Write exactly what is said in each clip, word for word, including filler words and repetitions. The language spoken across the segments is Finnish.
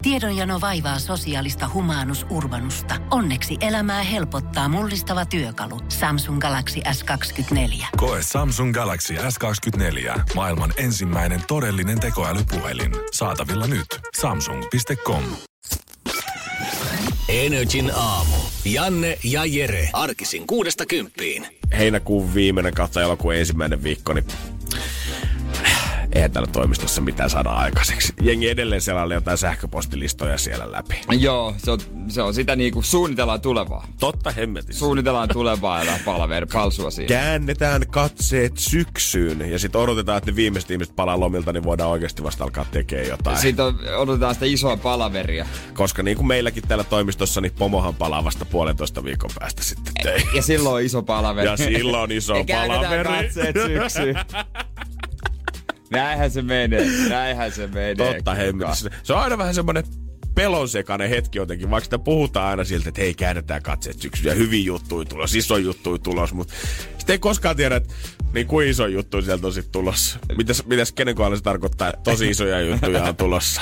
Tiedonjano vaivaa sosiaalista humanus urbanusta. Onneksi elämää helpottaa mullistava työkalu. Samsung Galaxy S kaksikymmentäneljä. Koe Samsung Galaxy S kaksikymmentäneljä. Maailman ensimmäinen todellinen tekoälypuhelin. Saatavilla nyt. Samsung piste com. Energin aamu. Janne ja Jere. Arkisin kuudesta kymppiin. Heinäkuun viimeinen kautta elokuun ensimmäinen viikko, niin eihän täällä toimistossa mitään saada aikaiseksi. Jengi edelleen selailee jotain sähköpostilistoja siellä läpi. Joo, se on, se on sitä niinku suunnitellaan tulevaa. Totta hemmetissä. Suunnitellaan tulevaa ja palaveri, palsua siihen. Käännetään katseet syksyyn ja sitten odotetaan, että ne viimeiset ihmiset palaa lomilta, niin voidaan oikeasti vasta alkaa tekemään jotain. Sitten odotetaan sitä isoa palaveria. Koska niin kuin meilläkin täällä toimistossa, niin pomohan palaa vasta puolentoista viikon päästä sitten töihin. Ja silloin on iso palaveri. Ja silloin on iso palaveri. Käännetään katseet syksyyn. Näinhän se menee, näinhän se menee. Totta hemmetissä. Se on aina vähän semmoinen pelonsekainen hetki jotenkin, vaikka sitä puhutaan aina siltä, että hei, käännetään katseet syksyyn ja hyvin juttuja tulos, iso juttuja tulos, mutta sitten ei koskaan tiedä, että niin kuin iso juttu sieltä on sitten tulossa. Mitäs, mitäs kenen kohdalla se tarkoittaa, että tosi isoja juttuja on tulossa?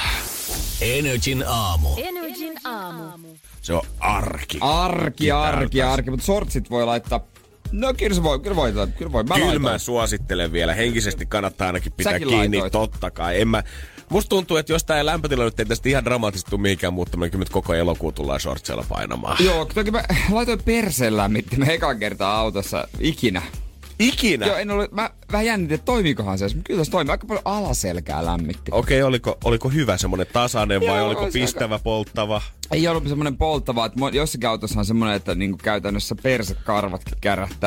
Energin aamu. Energin aamu. Se on arki. Arki, arki, arki, mutta sortsit voi laittaa. No kyllä se voi, kyllä voi, kyllä voi. Mä, kyllä mä suosittelen vielä. Henkisesti kannattaa ainakin pitää Säkin kiinni, laitoit. totta kai. En mä, musta tuntuu, että jos tää lämpötila nyt ei tästä ihan dramaattisesti tule mihinkään muuttamaan, niin kyllä nyt koko elokuu tullaan shortseilla painamaan. Joo, toki mä laitoin perseen lämmittimen ekan kertaa autossa ikinä. Ikinä? Joo, en ole, mä vähän jännitin, että toimiikohan se, mutta kyllä tässä toimii. Aika paljon alaselkää lämmitti. Okei, okay, oliko, oliko hyvä semmonen tasainen vai Joo, oliko pistävä, aika polttava? Ei ollut semmonen polttava, että jossakin autossa on semmonen, että niinku käytännössä persekarvatkin kärähtää.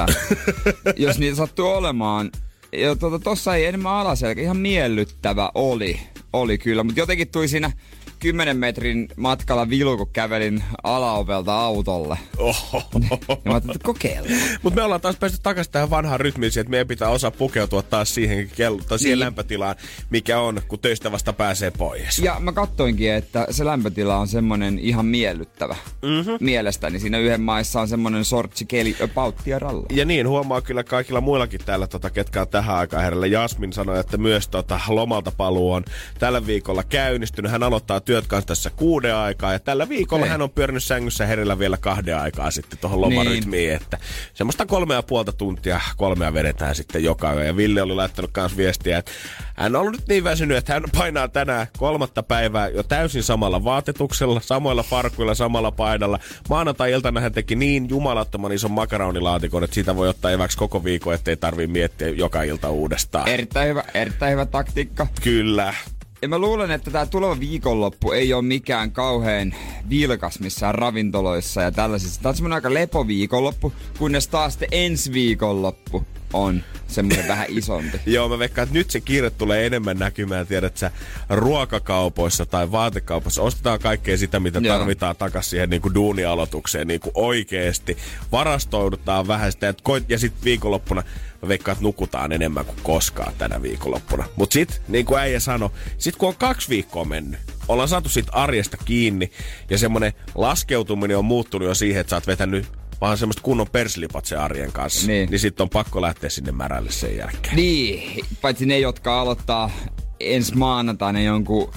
Jos niitä sattuu olemaan. Ja tuota, tossa ei enemmän alaselkä, ihan miellyttävä oli. Oli kyllä, mutta jotenkin tuli siinä kymmenen metrin matkalla vilu, kun kävelin alaovelta autolle. Oho. Ja mä ajattelin, että kokeillaan. Mutta me ollaan taas päästy takaisin tähän vanhaan rytmiin, että meidän pitää osaa pukeutua taas siihen, kello, tai siihen niin. lämpötilaan, mikä on, kun töistä vasta pääsee pois. Ja mä katsoinkin, että se lämpötila on semmonen ihan miellyttävä. Mm-hmm. Mielestäni siinä yhden maissa on semmonen sortsi, keli, pautti ja ralla. Ja niin, huomaa kyllä kaikilla muillakin täällä, tota, ketkä on tähän aikaan herrellä. Jasmin sanoi, että myös tota, lomalta paluu on tällä viikolla käynnistynyt. Hän aloittaa työt kanssa tässä kuuden aikaa ja tällä viikolla Hei. hän on pyörinyt sängyssä herellä vielä kahden aikaa sitten tuohon lomarytmiin, niin. Että semmoista kolmea ja puolta tuntia kolmea vedetään sitten joka yö. Ja Ville oli laittanut kans viestiä, että hän on ollut nyt niin väsynyt, että hän painaa tänään kolmatta päivää jo täysin samalla vaatetuksella, samoilla farkuilla, samalla paidalla. Maanantai-iltana hän teki niin jumalattoman ison makaronilaatikon, että siitä voi ottaa eväksi koko viikon, ettei tarvii miettiä joka ilta uudestaan. Erittäin hyvä, erittäin hyvä taktiikka. Kyllä. Ja mä luulen, että tää tuleva viikonloppu ei ole mikään kauhean vilkas missään ravintoloissa ja tällaisissa. Tää on semmonen aika lepoviikonloppu, kunnes taas sitten ensi viikonloppu on semmoinen vähän isompi. Joo, mä veikkaan, että nyt se kiire tulee enemmän näkymään, tiedät sä, ruokakaupoissa tai vaatekaupassa. Ostetaan kaikkea sitä, mitä Joo. tarvitaan takas siihen niin kuin duunialoitukseen niin kuin oikeesti. Varastoidutaan vähän sitä, ja sitten viikonloppuna mä veikkaan, että nukutaan enemmän kuin koskaan tänä viikonloppuna. Mut sit, niin kuin äijä sanoi, sit kun on kaksi viikkoa mennyt, ollaan saatu sit arjesta kiinni ja semmonen laskeutuminen on muuttunut jo siihen, että sä oot vetänyt vaan semmoista kunnon persilipat sen arjen kanssa. Niin. Niin sit on pakko lähteä sinne märälle sen jälkeen. Niin, paitsi ne, jotka aloittaa ensi maanantaina jonkun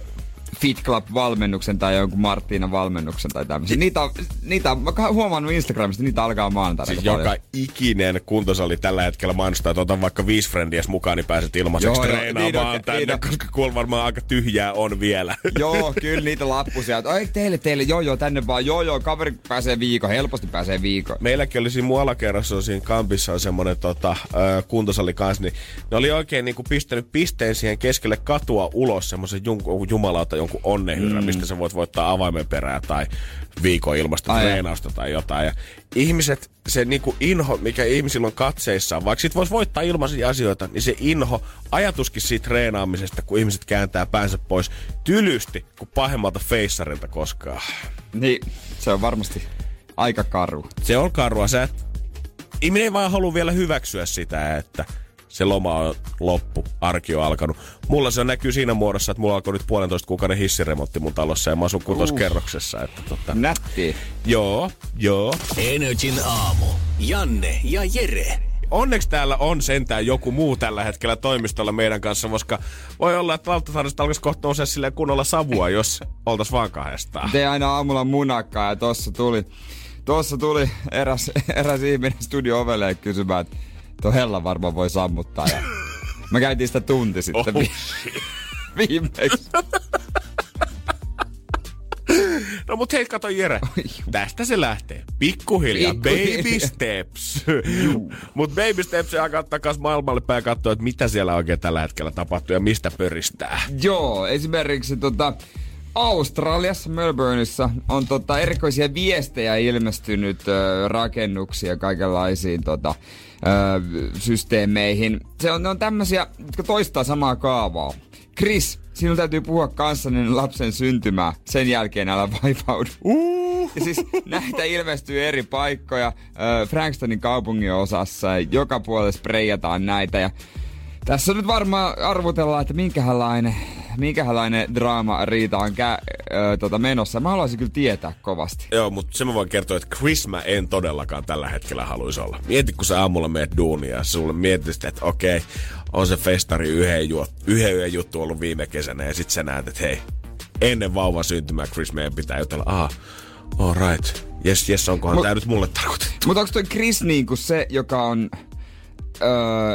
Fit Club-valmennuksen tai jonkun Martina-valmennuksen tai tämmöisen. Niitä, niitä mä oon huomannut Instagramista, niitä alkaa maanantaina. Siis joka paljon. Ikinen kuntosali tällä hetkellä mainostaa, että otan vaikka viisi frendiäs mukaan, niin pääset ilmaiseksi joo, treenaamaan niin tänne, niin koska kuulla varmaan aika tyhjää on vielä. Joo, kyllä niitä lappusia. Oi teille, teille, joo joo, tänne vaan, joo joo, kaveri pääsee viikon, helposti pääsee viikon. Meilläkin oli siinä mun alakerrassa, siinä kampissa on semmonen tota, äh, kuntosali kanssa, niin ne oli oikein niinku pistänyt pisteen siihen keskelle katua ulos semmosen jum- jumalauta jonkun onnenhyrrä, mm. mistä sä voit voittaa avaimen perää tai viikon ilmasta treenausta tai jotain. Ja ihmiset, se niinku inho, mikä ihmisillä on katseissaan, vaikka sit vois voittaa ilmaisia asioita, niin se inho, ajatuskin siitä treenaamisesta, kun ihmiset kääntää päänsä pois tylysti kuin pahemmalta feissarilta koskaan. Niin, se on varmasti aika karu. Se on karua. Sä et, ihminen ei vaan halua vielä hyväksyä sitä, että se loma on loppu, arki on alkanut. Mulla se näkyy siinä muodossa, että mulla alkoi nyt puolentoista kuukauden hissiremontti mun talossa ja mä asun kutoskerroksessa. Että tota... Nätti. Joo, joo. Energin aamu. Janne ja Jere. onneksi täällä on sentään joku muu tällä hetkellä toimistolla meidän kanssa, koska voi olla, että Valtasaaresta alkaisi kohta nousee silleen kunnolla savua, jos oltais vaan kahdestaan. Te aina aamulla munakkaa ja tossa tuli, tossa tuli eräs, eräs ihminen studio-ovelle kysymään, että tuo hella varmaan voi sammuttaa. Ja mä käytiin sitä tunti sitten oh, vi- viimeksi. No mut hei, kato Jere, tästä se lähtee. Pikkuhiljaa, baby steps. Mut baby steps ja kannattaa kans maailmalle päin katsoa, että mitä siellä oikein tällä hetkellä tapahtuu ja mistä pöristää. Joo, esimerkiksi tota, Australiassa, Melbourneissa on tota, erikoisia viestejä ilmestynyt ö, rakennuksia kaikenlaisiin tota, ö, systeemeihin. Se on, ne on tämmösiä, jotka toistaa samaa kaavaa. Chris, sinun täytyy puhua kanssani lapsen syntymää. Sen jälkeen älä vaivaudu. Uh. Ja siis näitä ilmestyy eri paikkoja. Äh, Frankstonin kaupungin osassa. Joka puolella spreijataan näitä. Ja tässä nyt varmaan arvutellaan, että minkälainen, minkälainen draama riita on kä- äh, tota menossa. Mä haluaisin kyllä tietää kovasti. Joo, mutta se mä voin kertoa, että Chris mä en todellakaan tällä hetkellä haluaisi olla. Mieti, kun sä aamulla meet duunia ja sulle mietit, että okei, okay, on se festari yhden, ju- yhden yhden juttu ollut viime kesänä ja sit sä näet, että hei, ennen vauvan syntymää Chris meidän pitää jutella, aha, all right, jes, jes, onkohan Mut, tää nyt mulle tarkoitettu. Mutta onko toi Chris niinku se, joka on öö,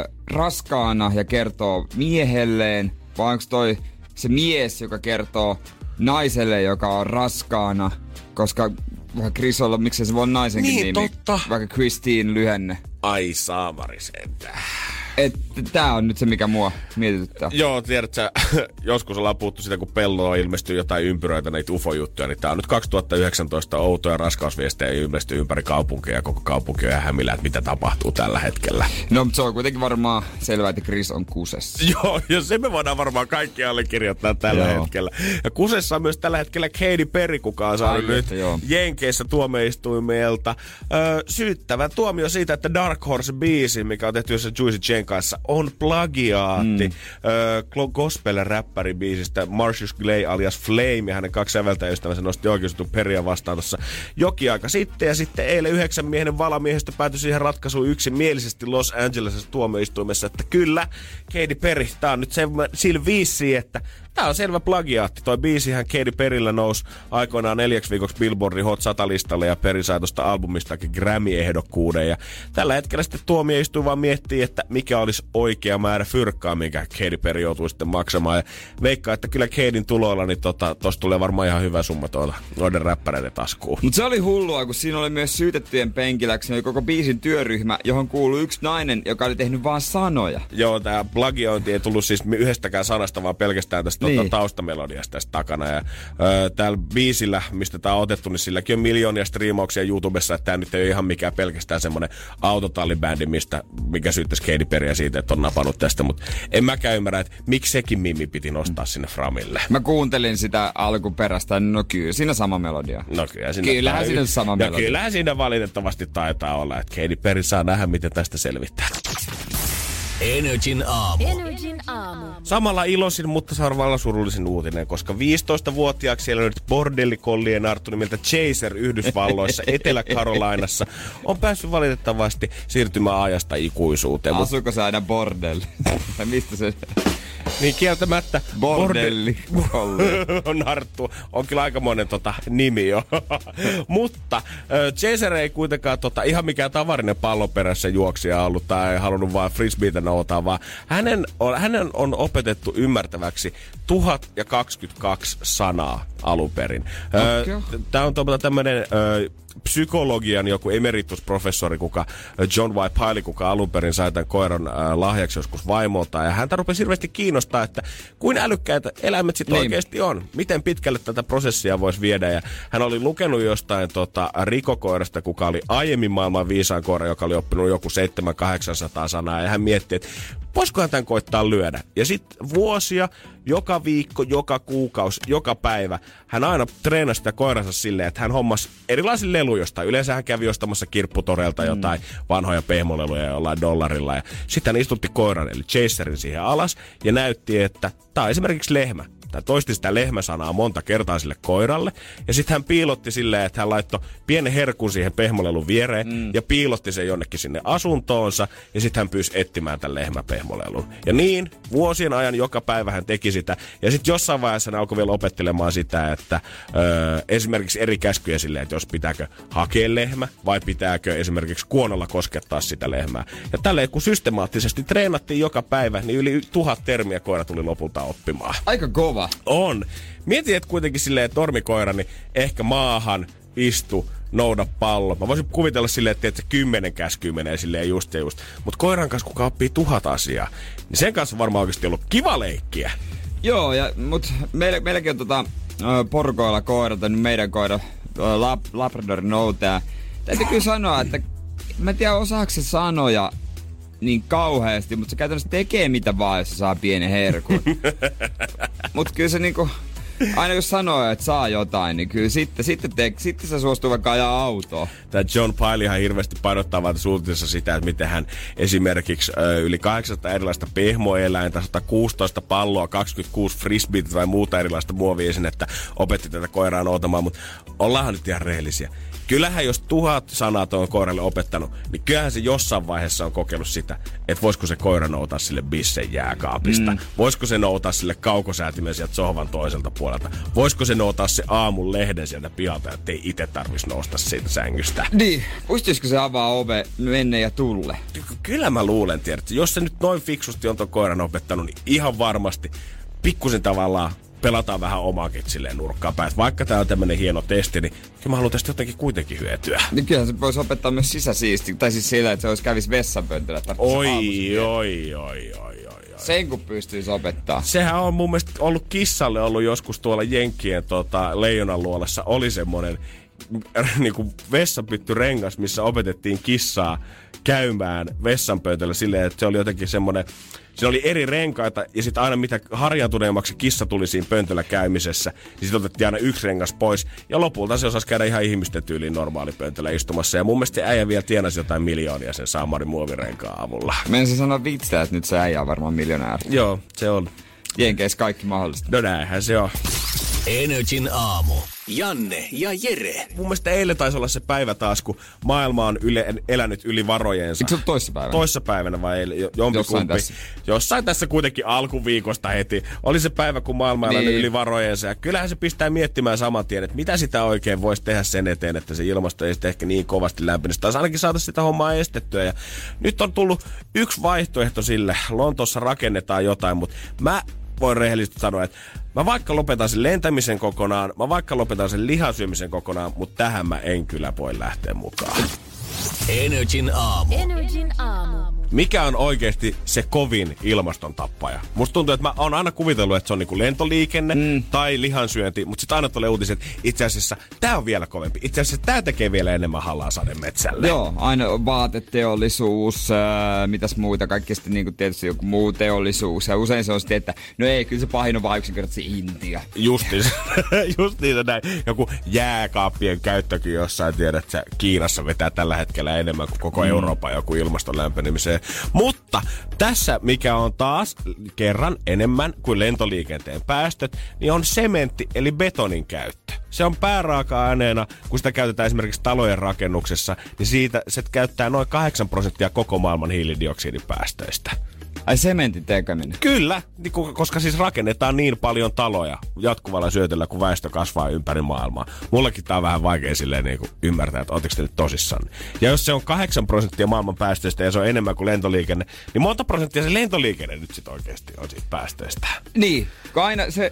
raskaana ja kertoo miehelleen, vai onko toi se mies, joka kertoo naiselle, joka on raskaana, koska Chris on, miksei se voi naisenkin niin, nimi, totta. Vaikka Christine lyhenne. Ai saamari sentään. Että tää on nyt se, mikä mua mietityttää. Joo, tiedät sä, joskus ollaan puhuttu sitä, kun pelloa ilmestyy jotain ympyröitä, näitä U F O-juttuja, niin tää on nyt kaksituhattayhdeksäntoista outoja raskausviestejä ilmestyy ympäri kaupunkia ja koko kaupunki on hämillä, että mitä tapahtuu tällä hetkellä. No, mutta se on kuitenkin varmaan selvää, että Chris on kusessa. Joo, ja se me voidaan varmaan kaikki allekirjoittaa tällä joo. hetkellä. Ja kusessa on myös tällä hetkellä Katy Perry, kuka on saanut Ai, nyt joo. Jenkeissä tuomioistuimelta öö, syyttävän tuomio siitä, että Dark Horse-biisi, mikä on tehty jossain Juicy Jen kanssa, on plagiaatti mm. öö, gospel-räppäribiisistä Marcius Clay alias Flame, ja hänen kaksi säveltäjäystävänsä nosti oikeusjutun Perryä vastaan tuossa jokin aika sitten, ja sitten eilen yhdeksän miehen valamiehistö päätyi siihen ratkaisuun yksimielisesti Los Angelesissa tuomioistuimessa, että kyllä, Katy Perry, tää on nyt se, sillä viisi, että tää on selvä plagiaatti. Toi biisihän Katy Perryllä nousi aikoinaan neljäksi viikoksi Billboardin Hot sata-listalle ja Perry sai tosta albumistakin Grammy-ehdokkuuden. Ja tällä hetkellä sitten tuomioistuin vaan miettii, että mikä olisi oikea määrä fyrkkaa, minkä Katy Perry joutuu sitten maksamaan. Ja veikkaa, että kyllä Katyn tuloilla, niin tota, tosta tulee varmaan ihan hyvä summa tuolta noiden räppäreiden taskuun. Mut se oli hullua, kun siinä oli myös syytettyjen penkillä, oli koko biisin työryhmä, johon kuului yksi nainen, joka oli tehnyt vaan sanoja. Joo, tää plagiointi ei tullut siis yhdestäkään sanasta, vaan pelkästään tästä niin. taustamelodiasta tästä takana. Ja ö, täällä biisillä, mistä tää on otettu, niin silläkin on miljoonia striimauksia YouTubessa, että tää nyt ei ole ihan mikään pelkästään semmonen autotallibändi, mistä, mikä syyttäisi Katy Perryä siitä, että on napannut tästä, mutta en mäkään ymmärrä, että miksi sekin Mimmi piti nostaa sinne framille. Mä kuuntelin sitä alkuperäistä, no kyllä siinä sama melodia. No kyllä siinä kyllähän siinä sama melodia. Ja kyllähän siinä valitettavasti taitaa olla, että Katy Perry saa nähdä, miten tästä selvittää. Energin aamu. Energin aamu. Samalla iloisin, mutta sarvalla surullisin uutinen, koska viisitoistavuotiaaksi siellä nyt bordellikollien Arttu nimeltä Chaser Yhdysvalloissa, Etelä-Karolinassa, on päässyt valitettavasti siirtymään ajasta ikuisuuteen. Asuuko se aina bordelli? Tai mistä se... Niin kieltämättä bordelli on Arttu. On kyllä aikamoinen tota, nimi jo. Mutta äh, Chaser ei kuitenkaan tota, ihan mikään tavarinen pallonperässä juoksija ollut tai ei halunnut vaan frisbeitä noutaa, vaan hänen on, hänen on opetettu ymmärtäväksi tuhat kaksikymmentäkaksi sanaa alun perin. Okay. Äh, Tämä on tämmöinen... Äh, psykologian joku emeritusprofessori, kuka John Y. Piley, kuka alun perin sai tämän koiran äh, lahjaksi joskus vaimolta. Ja häntä rupesi hirveästi kiinnostaa, että kuin älykkäitä eläimet sitten niin. oikeasti on. Miten pitkälle tätä prosessia voisi viedä. Ja hän oli lukenut jostain tota, rikokoirasta, kuka oli aiemmin maailman viisaan koira, joka oli oppinut joku seitsemän kahdeksansataa sanaa. Ja hän mietti, että voisikohan tämän koittaa lyödä. Ja sitten vuosia, joka viikko, joka kuukausi, joka päivä, hän aina treenasi sitä koiransa silleen, että hän hommasi erilaisia leluja jostain. Yleensä hän kävi ostamassa kirpputorelta mm. jotain vanhoja pehmoleluja jollain dollarilla. Ja sitten hän istutti koiran, eli Chaserin siihen alas, ja näytti, että tämä on esimerkiksi lehmä. tai toisti sitä lehmäsanaa monta kertaa sille koiralle. Ja sitten hän piilotti silleen, että hän laittoi pienen herkun siihen pehmolelun viereen mm. ja piilotti sen jonnekin sinne asuntoonsa. Ja sitten hän pyysi etsimään tämän lehmäpehmolelun. Ja niin, vuosien ajan joka päivä hän teki sitä. Ja sitten jossain vaiheessa hän alkoi vielä opettelemaan sitä, että öö, esimerkiksi eri käskyjä silleen, että jos pitääkö hakea lehmä vai pitääkö esimerkiksi kuonolla koskettaa sitä lehmää. Ja tälleen kun systemaattisesti treenattiin joka päivä, niin yli tuhat termiä koira tuli lopulta oppimaan. Aika kova. On. Mietin, että kuitenkin silleen normikoira, niin ehkä maahan istu, nouda pallo. Mä voisin kuvitella silleen, että se kymmenen käskyä menee silleen just ja just. Mutta koiran kanssa, kuka oppii tuhat asiaa, niin sen kanssa on varmaan oikeasti ollut kiva leikkiä. Joo, ja, mutta meillä, meilläkin on tota, porukoilla koirat, niin meidän koira, lab, Labrador noutaja. Täytyy kyllä sanoa, että mä en tiedä osaako se sanoja niin kauheasti, mutta se käytännössä tekee mitä vaan, jos se saa pienen herkun. Mutta kyllä se niinku, aina jos sanoo, että saa jotain, niin kyllä sitten, sitten, te, sitten se suostuu vaikka ajaa autoa. Tämä John Pileyhan hirveästi painottaa vaan suunnitelmassa sitä, että miten hän esimerkiksi ö, yli kahdeksansataa erilaista pehmoeläintä, sata kuusitoista palloa, kaksikymmentäkuusi frisbeitä tai muuta erilaista muoviesinettä opetti tätä koiraa noutamaan, mutta ollaanhan nyt ihan rehellisiä. Kyllähän jos tuhat sanaa on koiralle opettanut, niin kyllähän se jossain vaiheessa on kokeillut sitä, että voisiko se koira noutaa sille bissen jääkaapista. Mm. Voisiko se noutaa sille kaukosäätimen sieltä sohvan toiselta puolelta. Voisiko se noutaa se aamun lehden sieltä pihalta, ettei itse tarvitsisi nousta siitä sängystä. Niin, muistaisiko se avaa ove menne ja tulle? Kyllä mä luulen, tiedätkö. Jos se nyt noin fiksusti on ton koiran opettanut, niin ihan varmasti pikkusen tavallaan pelataan vähän omaakin silleen nurkkaan päin. Vaikka tää on tämmönen hieno testi, niin kyllä mä haluan tästä jotenkin kuitenkin hyötyä. Niin kyllähän se voisi opettaa myös sisäsiisti. Tai siis sillä, että se olisi kävis vessanpöntöllä. Oi, oi, oi, oi, oi, oi. Sen kun pystyisi opettaa. Sehän on mun mielestä ollut kissalle ollut joskus tuolla Jenkkien tota, leijonan luolassa. Oli semmonen niinku vessanpyttyrengas, missä opetettiin kissaa käymään vessanpöntöllä silleen, että se oli jotenkin semmonen. Siinä oli eri renkaita ja sitten aina mitä harjaantuneemmaksi kissa tuli siinä pöntöllä käymisessä, niin sitten otettiin aina yksi rengas pois. Ja lopulta se osasi käydä ihan ihmisten tyyliin normaali pöntöllä istumassa. Ja mun mielestä se äijä vielä tienasi jotain miljoonia sen saamarin muovirenkaan avulla. Menisin sanoa vitsistä, että nyt se äijä on varmaan miljonääri. Joo, se on. Jenkeissä kaikki mahdollista. No näinhän se on. Energin aamu. Janne ja Jere. Mun mielestä eilen taisi olla se päivä taas, kun maailma on yle, elänyt yli varojensa. Eikö se ole toissapäivänä? Toissapäivänä vai eilen? Jompikumpi. Jossain tässä. Jossain tässä kuitenkin alkuviikosta heti. Oli se päivä, kun maailma on niin elänyt yli varojensa. Ja kyllähän se pistää miettimään saman tien, että mitä sitä oikein voisi tehdä sen eteen, että se ilmasto ei sitten ehkä niin kovasti lämpenisi. Tai ainakin saataisiin sitä hommaa estettyä. Ja nyt on tullut yksi vaihtoehto sille. Lontoossa rakennetaan jotain, mutta mä voin rehellisesti sanoa, että mä vaikka lopetan sen lentämisen kokonaan, mä vaikka lopetan sen lihansyömisen kokonaan, mutta tähän mä en kyllä voi lähteä mukaan. Energin aamu. Energin aamu. Mikä on oikeasti se kovin ilmaston tappaja? Musta tuntuu, että mä oon aina kuvitellut, että se on niinku lentoliikenne mm. tai lihansyönti, mutta sitten aina tulee uutiset, että itse asiassa tää on vielä kovempi. Itse asiassa tää tekee vielä enemmän hallaa sademetsälle. Joo, aina vaateteollisuus, äh, mitäs muita, kaikki sitten niinku tietysti joku muu teollisuus. Ja usein se on sitten, että no ei, kyllä se pahin on vaan yksinkertaisesti Intia. Justiinsa, justiinsa näin. Joku jääkaappien käyttökin jossain, tiedät, että Kiinassa vetää tällä hetkellä enemmän kuin koko mm. Euroopan joku ilmaston lämpenemiseen. Mutta tässä, mikä on taas kerran enemmän kuin lentoliikenteen päästöt, niin on sementti eli betonin käyttö. Se on pääraaka-aineena, kun sitä käytetään esimerkiksi talojen rakennuksessa, niin siitä se käyttää noin kahdeksan prosenttia koko maailman hiilidioksidipäästöistä. Ai sementin tekeminen? Kyllä, koska siis rakennetaan niin paljon taloja jatkuvalla syötöllä, kun väestö kasvaa ympäri maailmaa. Mullekin tää on vähän vaikea silleen niin kuin ymmärtää, että ootteko te nyt tosissaan. Ja jos se on kahdeksan prosenttia maailman päästöistä ja se on enemmän kuin lentoliikenne, niin monta prosenttia se lentoliikenne nyt sit oikeasti on siitä päästöistä. Niin, kun aina se,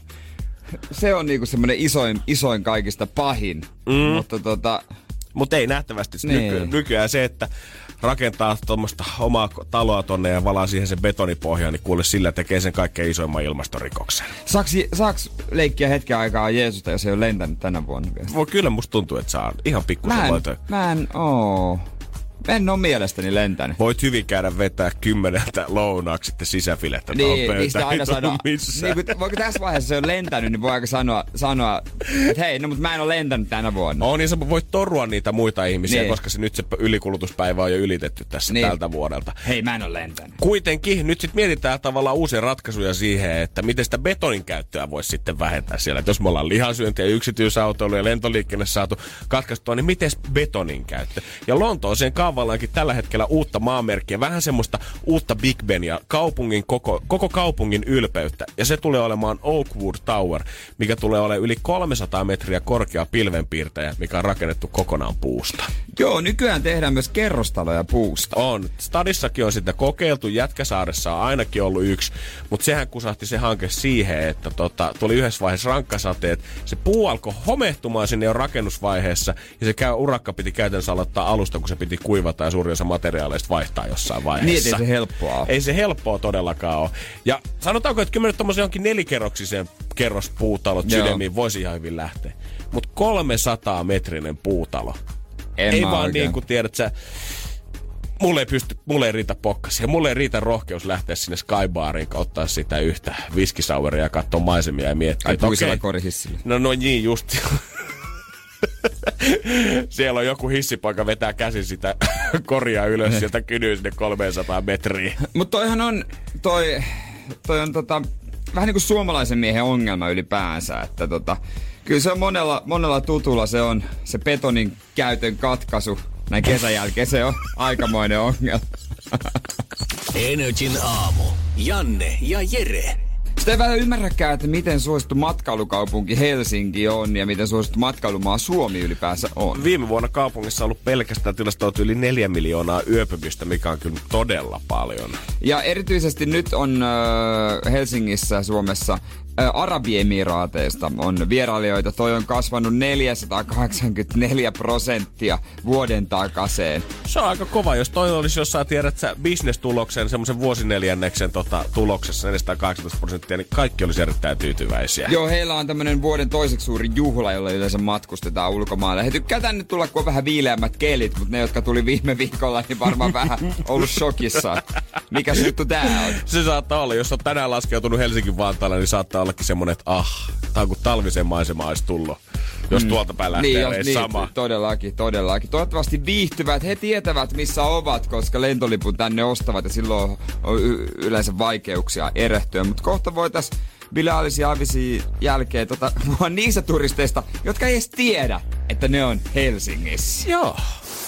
se on niinku semmoinen isoin, isoin kaikista pahin, mm. mutta tota... Mutta ei nähtävästi niin. nyky- nykyään se, että rakentaa tuommoista omaa taloa tonne ja valaa siihen sen betonipohjaan, niin kuule sillä tekee sen kaikkein isoimman ilmastorikoksen. Saaks, saaks leikkiä hetken aikaa Jeesusta, jos ei ole lentänyt tänä vuonna vielä? Voi, kyllä musta tuntuu, että saa ihan pikkusen mä en, loitoja. Mä en oo. En ole mielestäni lentänyt. Voit hyvin käydä vetää kymmeneltä lounaaksi sitten sisäfilettä niin, tuohon pöytään. Aina sanoa, niin, kun, voiko tässä vaiheessa se on lentänyt, niin voi aika sanoa, sanoa että hei, no mutta mä en ole lentänyt tänä vuonna. On, niin sä voit torua niitä muita ihmisiä, niin. koska se nyt se ylikulutuspäivä on jo ylitetty tässä niin. tältä vuodelta. Hei, mä en ole lentänyt. Kuitenkin nyt sitten mietitään tavallaan uusia ratkaisuja siihen, että miten sitä betonin käyttöä voisi sitten vähentää siellä. Että jos me ollaan lihansyöntiä, yksityisautoilu ja lentoliikenne saatu katkaistua, niin miten betonin käyttö? Ja Lontooseen kaavallaankin tällä hetkellä uutta maamerkkiä, vähän semmoista uutta Big Benia, kaupungin koko, koko kaupungin ylpeyttä. Ja se tulee olemaan Oakwood Tower, mikä tulee olemaan yli kolmesataa metriä korkea pilvenpiirtäjä, mikä on rakennettu kokonaan puusta. Joo, nykyään tehdään myös kerrostaloja puusta. On. Stadissakin on sitä kokeiltu, Jätkäsaaressa on ainakin ollut yksi, mutta sehän kusahti se hanke siihen, että tota, tuli yhdessä vaiheessa rankkasateet. Se puu alkoi homehtumaan sinne jo rakennusvaiheessa, ja se käy, urakka piti käytännössä aloittaa alusta, kun se piti kuivata ja suurin osa materiaaleista vaihtaa jossain vaiheessa. Niin, ei se helppoa. Ei se helppoa todellakaan ole. Ja sanotaanko, että kyllä nyt tommosen jonkin nelikerroksiseen kerrospuutalot sydämiin voisi ihan hyvin lähteä. Mutta kolmesataa metrinen puutalo. En ei vaan oikein. niin kuin tiedät sä, mulle ei, pysty, mulle ei riitä pokkasi ja mulle ei riitä rohkeus lähteä sinne Skybaariin ottaa sitä yhtä viskisaueria ja katsoa maisemia ja miettiä. Ai puisella korihissillä. No no niin just. Siellä on joku hissipoika vetää käsin sitä koria ylös, sieltä kynyy sinne kolmesataa metriä. Mutta toihan on, toi, toi on tota, vähän niin kuin suomalaisen miehen ongelma ylipäänsä, että tota, kyllä se on monella, monella tutulla se on se betonin käytön katkaisu. Näin kesän jälkeen se on aikamoinen ongelma. Energin aamu. Janne ja Jere. Sitä ei vähän ymmärräkään, että miten suosittu matkailukaupunki Helsinki on ja miten suosittu matkailumaa Suomi ylipäänsä on. Viime vuonna kaupungissa on ollut pelkästään tilastoitu yli neljä miljoonaa yöpymistä, mikä on kyllä todella paljon. Ja erityisesti nyt on äh, Helsingissä Suomessa äh, Arabiemiraateista on vierailijoita. Toi on kasvanut neljäsataakahdeksankymmentäneljä prosenttia vuoden takaseen. Se on aika kova, jos toi olisi jossain, tiedät sä, bisnestuloksen, semmoisen vuosineljänneksen tota, tuloksessa neljäsataakahdeksantoista prosenttia, niin kaikki olisi erittäin tyytyväisiä. Joo, heillä on tämmönen vuoden toiseksi suuri juhla, jolla yleensä matkustetaan ulkomaille. He tykkää tänne tulla, kun on vähän viileämmät kelit, mutta ne, jotka tuli viime viikolla, niin varmaan vähän ollut shokissa. Mikäs juttu tää on? Se saattaa olla, jos on tänään laskeutunut Helsingin Vantaalle, niin saattaa ollakin semmonen, että ah, tää on kuin talvisen maisema olisi tullut. Jos mm. tuolta päin lähtee, niin, ei niin, sama. Todellakin, todellakin. Toivottavasti viihtyvät. He tietävät, missä ovat, koska lentolipun tänne ostavat ja silloin on y- yleensä vaikeuksia erehtyä. Mutta kohta voitaisiin Bilaalisi Avisi jälkeen tota, niistä turisteista, jotka ei edes tiedä, että ne on Helsingissä. Joo.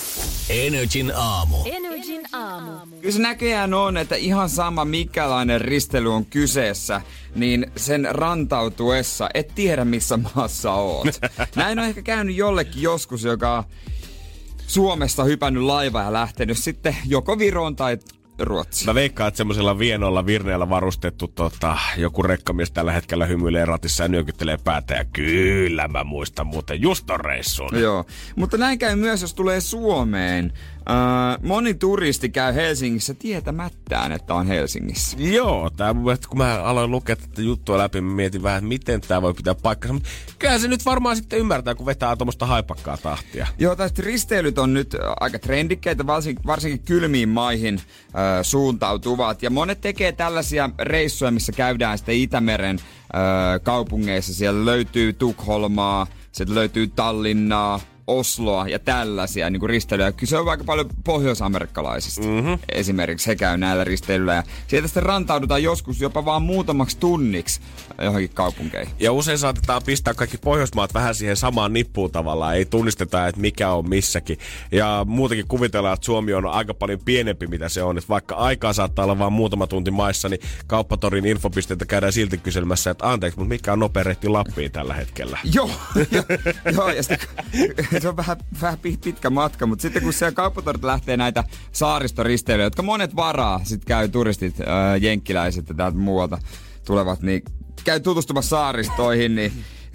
Energin aamu. Energin aamu. Kyllä se näköjään on, että ihan sama mikälainen ristely on kyseessä, niin sen rantautuessa et tiedä missä maassa oot. Näin on ehkä käynyt jollekin joskus, joka on Suomesta hypännyt laiva ja lähtenyt sitten joko Viroon tai Ruotsiin. Mä veikkaan, että semmoisella vienolla virneellä varustettu tota, joku rekkamies tällä hetkellä hymyilee ratissa ja nyökyttelee päätä. Ja kyllä mä muistan muuten just ton reissun. Joo, mutta näin käy myös, jos tulee Suomeen. Äh, moni turisti käy Helsingissä tietämättään, että on Helsingissä. Joo, tää mun mielestä, kun mä aloin lukea tätä juttua läpi, mä mietin vähän, että miten tää voi pitää paikkansa. Mutta kyllähän se nyt varmaan sitten ymmärtää, kun vetää tuommoista haipakkaa tahtia. Joo, tästä risteilyt on nyt aika trendikkeitä, varsinkin, varsinkin kylmiin maihin äh, suuntautuvat. Ja monet tekee tällaisia reissuja, missä käydään sitten Itämeren äh, kaupungeissa. Siellä löytyy Tukholmaa, sieltä löytyy Tallinnaa, Osloa ja tällaisia niin kuin risteilyjä. Kyllä se on aika paljon pohjois-amerikkalaisista. Mm-hmm. Esimerkiksi he käy näillä risteilyillä. Ja sieltä sitten rantaudutaan joskus jopa vaan muutamaksi tunniksi johonkin kaupunkeihin. Ja usein saatetaan pistää kaikki Pohjoismaat vähän siihen samaan nippuun tavallaan. Ei tunnisteta, että mikä on missäkin. Ja muutenkin kuvitellaan, että Suomi on aika paljon pienempi, mitä se on. Että vaikka aikaa saattaa olla vain muutama tunti maissa, niin Kauppatorin infopisteitä käydään silti kyselemässä, että anteeksi, mutta mikä on nopea reitti Lappiin tällä hetkellä? Joo, jo, joo ja sitten se on vähän, vähän pitkä matka, mutta sitten kun siellä Kauppatorilta lähtee näitä saaristoristeilyjä, jotka monet varaa, sitten käy turistit, ää, jenkkiläiset ja täältä muualta tulevat, niin käy tutustumassa saaristoihin, niin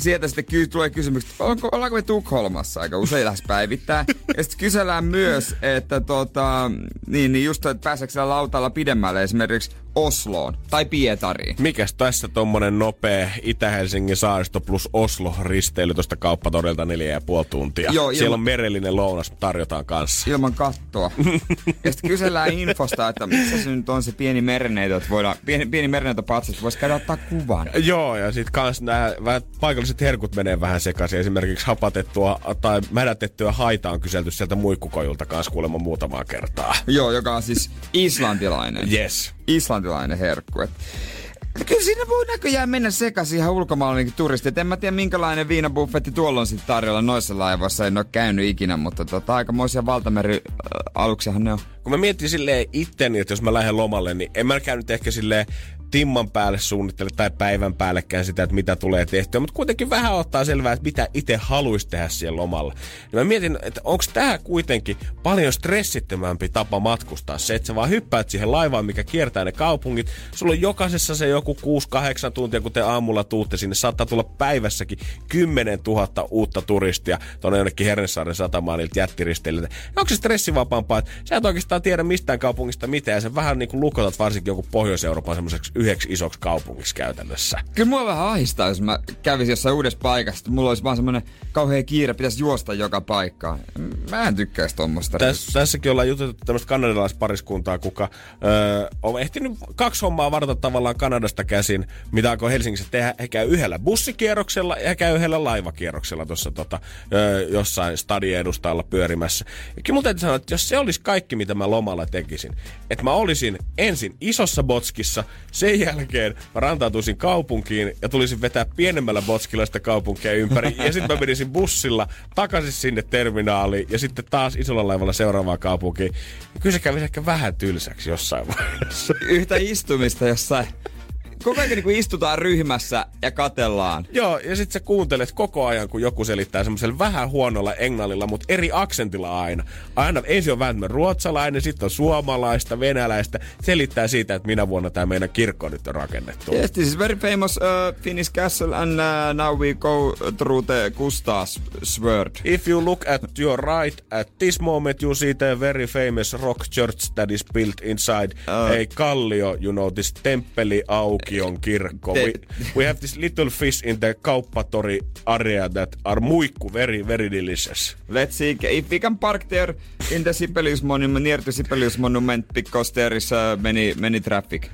sieltä sitten ky- tulee kysymykset, onko, ollaanko me Tukholmassa aika usein lähes päivittää. Ja sitten kysellään myös, että tota, niin, niin just, että pääseekö siellä lautalla pidemmälle esimerkiksi Osloon tai Pietariin. Mikäs tässä tommonen nopea Itä-Helsingin saaristo plus Oslo risteily tuosta kauppatorilta neljä ja puoli tuntia. Joo, ilman, siellä on merellinen lounas, tarjotaan kanssa. Ilman kattoa. Ja sitten kysellään infosta, että missä se nyt on se pieni merenneito, että voidaan, pieni, pieni merenneito patsasta, voisi käydä ottaa kuvan. Joo, ja sitten kans nämä paikalliset herkut menee vähän sekaisin. Esimerkiksi hapatettua tai mädätettyä haita on kyselty sieltä muikkukojulta kanssa kuulemma muutamaa kertaa. Joo, joka on siis islantilainen. Yes. Islantilainen herkku. Et, kyllä siinä voi näköjään mennä sekaisin ihan ulkomaalaisenkin turistit. En mä tiedä minkälainen viinabuffetti tuolla on sitten tarjolla noissa laivoissa. En ole käynyt ikinä, mutta tota, aikamoisia valtamerialuksiahan ne on. Kun mä mietin silleen itteni, että jos mä lähden lomalle, niin en mä käynyt ehkä silleen timman päälle suunnittele tai päivän päällekään sitä, että mitä tulee tehtyä, mutta kuitenkin vähän ottaa selvää, että mitä itse haluaisi tehdä siellä lomalla. Ja mä mietin, että onko tämä kuitenkin paljon stressittömämpi tapa matkustaa se, että sä vaan hyppäät siihen laivaan, mikä kiertää ne kaupungit. Sulla on jokaisessa se joku kuusi kahdeksan tuntia, kun te aamulla tuutte sinne. Saattaa tulla päivässäkin kymmenen tuhatta uutta turistia tuonne jonnekin Hernesaaren satamaan niiltä jättiristeiltä. Onko se stressivapaampaa, että sä et oikeastaan tiedä mistään kaupungista mitään ja sä vähän niin kuin lukotat varsinkin joku Pohjois-Euroopan semmoiseksi yhdeksi isoksi kaupungiksi käytännössä. Kyllä mua vähän ahistaa, jos mä kävisin jossain uudessa paikassa. Mulla olisi vaan semmoinen kauhea kiire, pitäisi juosta joka paikkaan. Mä en tykkäisi tommoista. Täs, tässäkin ollaan juteltu tämmöistä kanadalaispariskuntaa, kuka öö, on ehtinyt kaksi hommaa varata tavallaan Kanadasta käsin, mitä alkoi Helsingissä tehdä. He käy yhdellä bussikierroksella ja he käy yhdellä laivakierroksella tuossa tota, öö, jossain stadien edustalla pyörimässä. Ja kyllä mun täytyy sanoa, että jos se olisi kaikki, mitä mä lomalla tekisin, että mä olisin ensin isossa botskissa, sen jälkeen mä rantautuisin kaupunkiin ja tulisin vetää pienemmällä botskilla sitä kaupunkia ympäri. Ja sitten mä menisin bussilla takaisin sinne terminaaliin ja sitten taas isolla laivalla seuraavaan kaupunkiin. Ja kyllä se kävisi ehkä vähän tylsäksi jossain vaiheessa. Yhtä istumista jossain. Koko ajan niin kuin istutaan ryhmässä ja katellaan. Joo, ja sit sä kuuntelet koko ajan, kun joku selittää semmoisella vähän huonolla englannilla, mutta eri aksentilla aina. Aina ensin on vähän ruotsalainen, sitten on suomalaista, venäläistä. Selittää siitä, että minä vuonna tämä meidän kirkko nyt on rakennettu. Yes, this is very famous uh, Finnish castle and uh, now we go through the Gustav's sword. If you look at your right, at this moment you see the very famous rock church that is built inside uh, a kallio, you know, this temppeli auki. On kirkko. We, we have this little fish in the kauppatori area that are muikku, very, very delicious. Let's see if we can park there in the Sibelius Monument, near the Sibelius Monument, because there is uh, many, many traffic.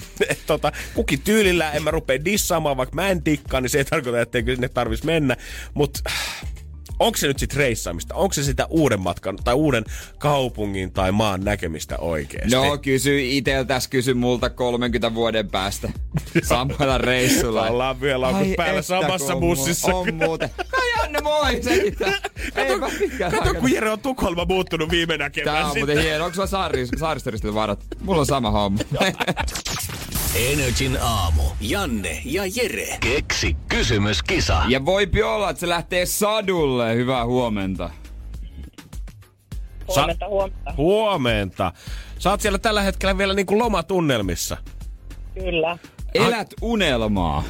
tota, kukin tyylillä, en mä rupea dissaamaan, vaikka mä en tikkaa, niin se ei tarkoita, ettei sinne tarvitsisi mennä. Mut onko se nyt sit reissaamista? Onko se sitä uuden matkan tai uuden kaupungin tai maan näkemistä oikeesti? No kysy iteltäs, kysy multa kolmenkymmenen vuoden päästä samalla reissulla. Ollaan vielä onko päällä samassa bussissa. On muuten. Kai Janne, moi! Selittää. Ei mä pitkään Kato, kun Jere on Tukholma muuttunut viime näkemään. Tää on sitten. muuten hieno. Onko sulla saaris, saaristoristilta varat? Mulla on sama homma. N R J:n aamu. Janne ja Jere. Keksi kysymyskisa. Ja voipi olla, että se lähtee sadulle. Hyvää huomenta. Huomenta, Sa- huomenta. Huomenta. Sä oot siellä tällä hetkellä vielä niinku lomatunnelmissa. Kyllä. Elät unelmaa.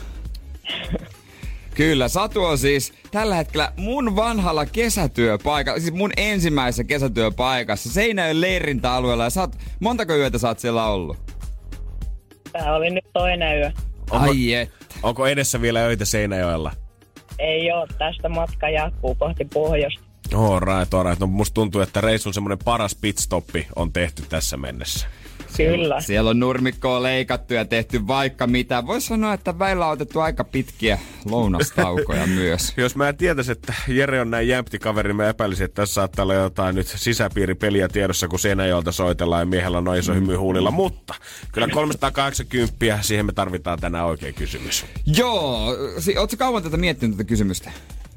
Kyllä, Satu on siis tällä hetkellä mun vanhalla kesätyöpaikalla, siis mun ensimmäisessä kesätyöpaikassa Seinäjoen leirintäalueella. Ja sä oot, montako yötä sä oot siellä ollut? Tää oli nyt toinen yö. Onko, Ai et. Onko edessä vielä öitä Seinäjoella? Ei oo, tästä matka jatkuu kohti pohjoista. All right, all right. No musta tuntuu, että reissun semmonen paras pitstoppi on tehty tässä mennessä. Kyllä. Siellä on nurmikkoa leikattu ja tehty vaikka mitä. Voisi sanoa, että väillä on otettu aika pitkiä lounastaukoja myös. Jos mä en tietäisi, että Jere on näin jämpti kaveri, mä epäilisin, että tässä saattaa olla jotain nyt sisäpiiripeliä tiedossa, kun Seinäjoelta soitellaan ja miehellä on noin iso hymy huulilla. Mutta kyllä kolmesataakahdeksankymmentä, siihen me tarvitaan tänään oikea kysymys. Joo, ootko kauan tätä miettinyt tätä kysymystä?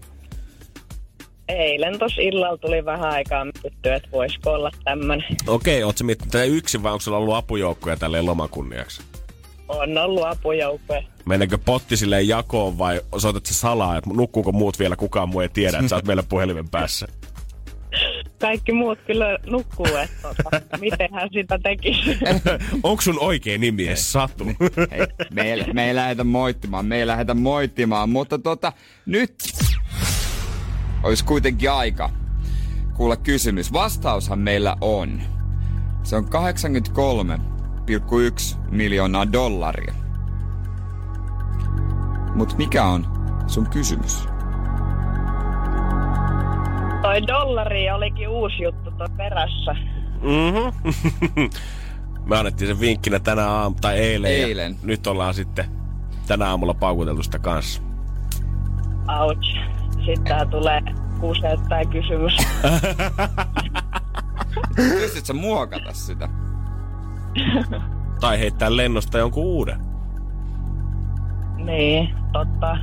Eilen tossa illalla tuli vähän aikaa mietittyä, että voisiko olla tämmönen. Okei, ootko miettinyt tätä yksin vai onko sulla ollut apujoukkoja tälleen loman kunniaksi? On ollut apujoukkoja. Meneekö potti silleen jakoon vai soitat sä salaa, että nukkuuko muut vielä, kukaan muu ei tiedä, että sä oot meillä puhelimen päässä? kaikki muut kyllä nukkuu, että tota, miten hän sitä tekisi. Onko sun oikea nimi edes Satu? Hei, me, ei, me ei lähdetä moittimaan, me ei lähdetä moittimaan, mutta tota, nyt olisi kuitenkin aika kuulla kysymys. Vastaushan meillä on. Se on kahdeksankymmentäkolme pilkku yksi miljoonaa dollaria. Mut mikä on sun kysymys? Toi dollari olikin uusi juttu toi perässä. Mhm. Me annettiin sen vinkkinä tänä aamu, tai eilen. Eilen. Nyt ollaan sitten tänä aamulla paukuteltu sitä kanssa. Ouch. Sitten tää tulee kuuseuttaa kysymys. Pystyt sä muokata sitä? Tai heittää lennosta jonkun uuden. Niin, totta.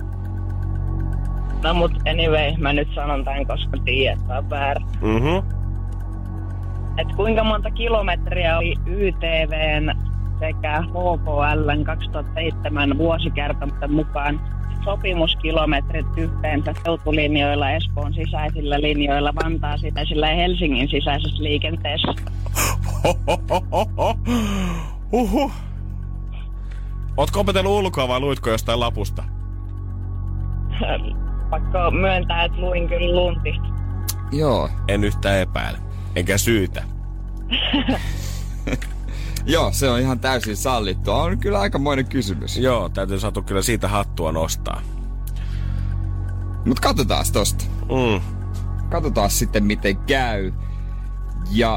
No mut anyway, mä nyt sanon tän, koska tiedät, että on väärä. Mhm. Et kuinka monta kilometriä oli Y T V:n sekä H K L:n kaksituhattaseitsemän vuosikertomuksen mukaan sopimuskilometrit yhteensä seutulinjoilla, Espoon sisäisillä linjoilla, Vantaan sisäisillä ja Helsingin sisäisessä liikenteessä? Huhhuh. Ootko opetellut ulkoa vai luitko jostain lapusta? Pakko myöntää, että luin kyllä luntista. Joo. En yhtään epäile. Enkä syytä. Joo, se on ihan täysin sallittua. On kyllä aikamoinen kysymys. Joo, täytyy Satu kyllä siitä hattua nostaa. Mut katsotaan tosta. Mm. Katsotaan sitten miten käy. Ja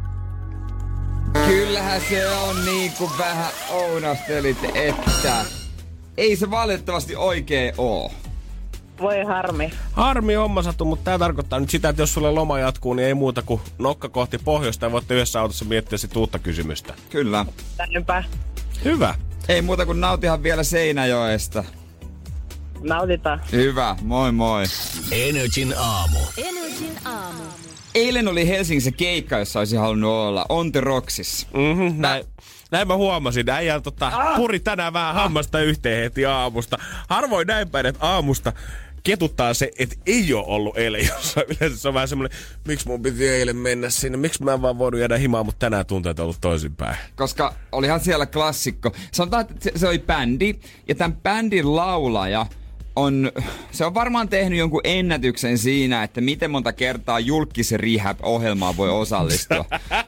kyllähän se on niin kuin vähän ounastelit, että ei se valitettavasti oikein oo. Voi harmi. Harmi homma Satu, mutta tää tarkoittaa nyt sitä, että jos sulle loma jatkuu, niin ei muuta kuin nokka kohti pohjoista ja voitte yhdessä autossa miettiä sit uutta kysymystä. Kyllä. Tännypä. Hyvä. Ei muuta kuin nautihan vielä Seinäjoesta. Nautitaan. Hyvä, moi moi. Energin aamu. Energin aamu. Eilen oli Helsingissä keikka, jossa olisi halunnut olla. On the Rocksissa. Mhm, näin. Näin mä huomasin. Äijä tota, ah! puri tänään vähän hammasta yhteen heti aamusta. Harvoin näin päin, että aamusta ketuttaa se, että ei ole ollut eilen jossain. Yleensä se on vähän semmoinen, miksi mun piti eilen mennä sinne, miksi mä en vaan voinut jäädä himaan, mutta tänään tuntuu, että on ollut toisinpäin. Koska olihan siellä klassikko. Sanotaan, että se oli bändi, ja tämän bändin laulaja on, se on varmaan tehnyt jonkun ennätyksen siinä, että miten monta kertaa Julkkis Rehab-ohjelmaan voi osallistua.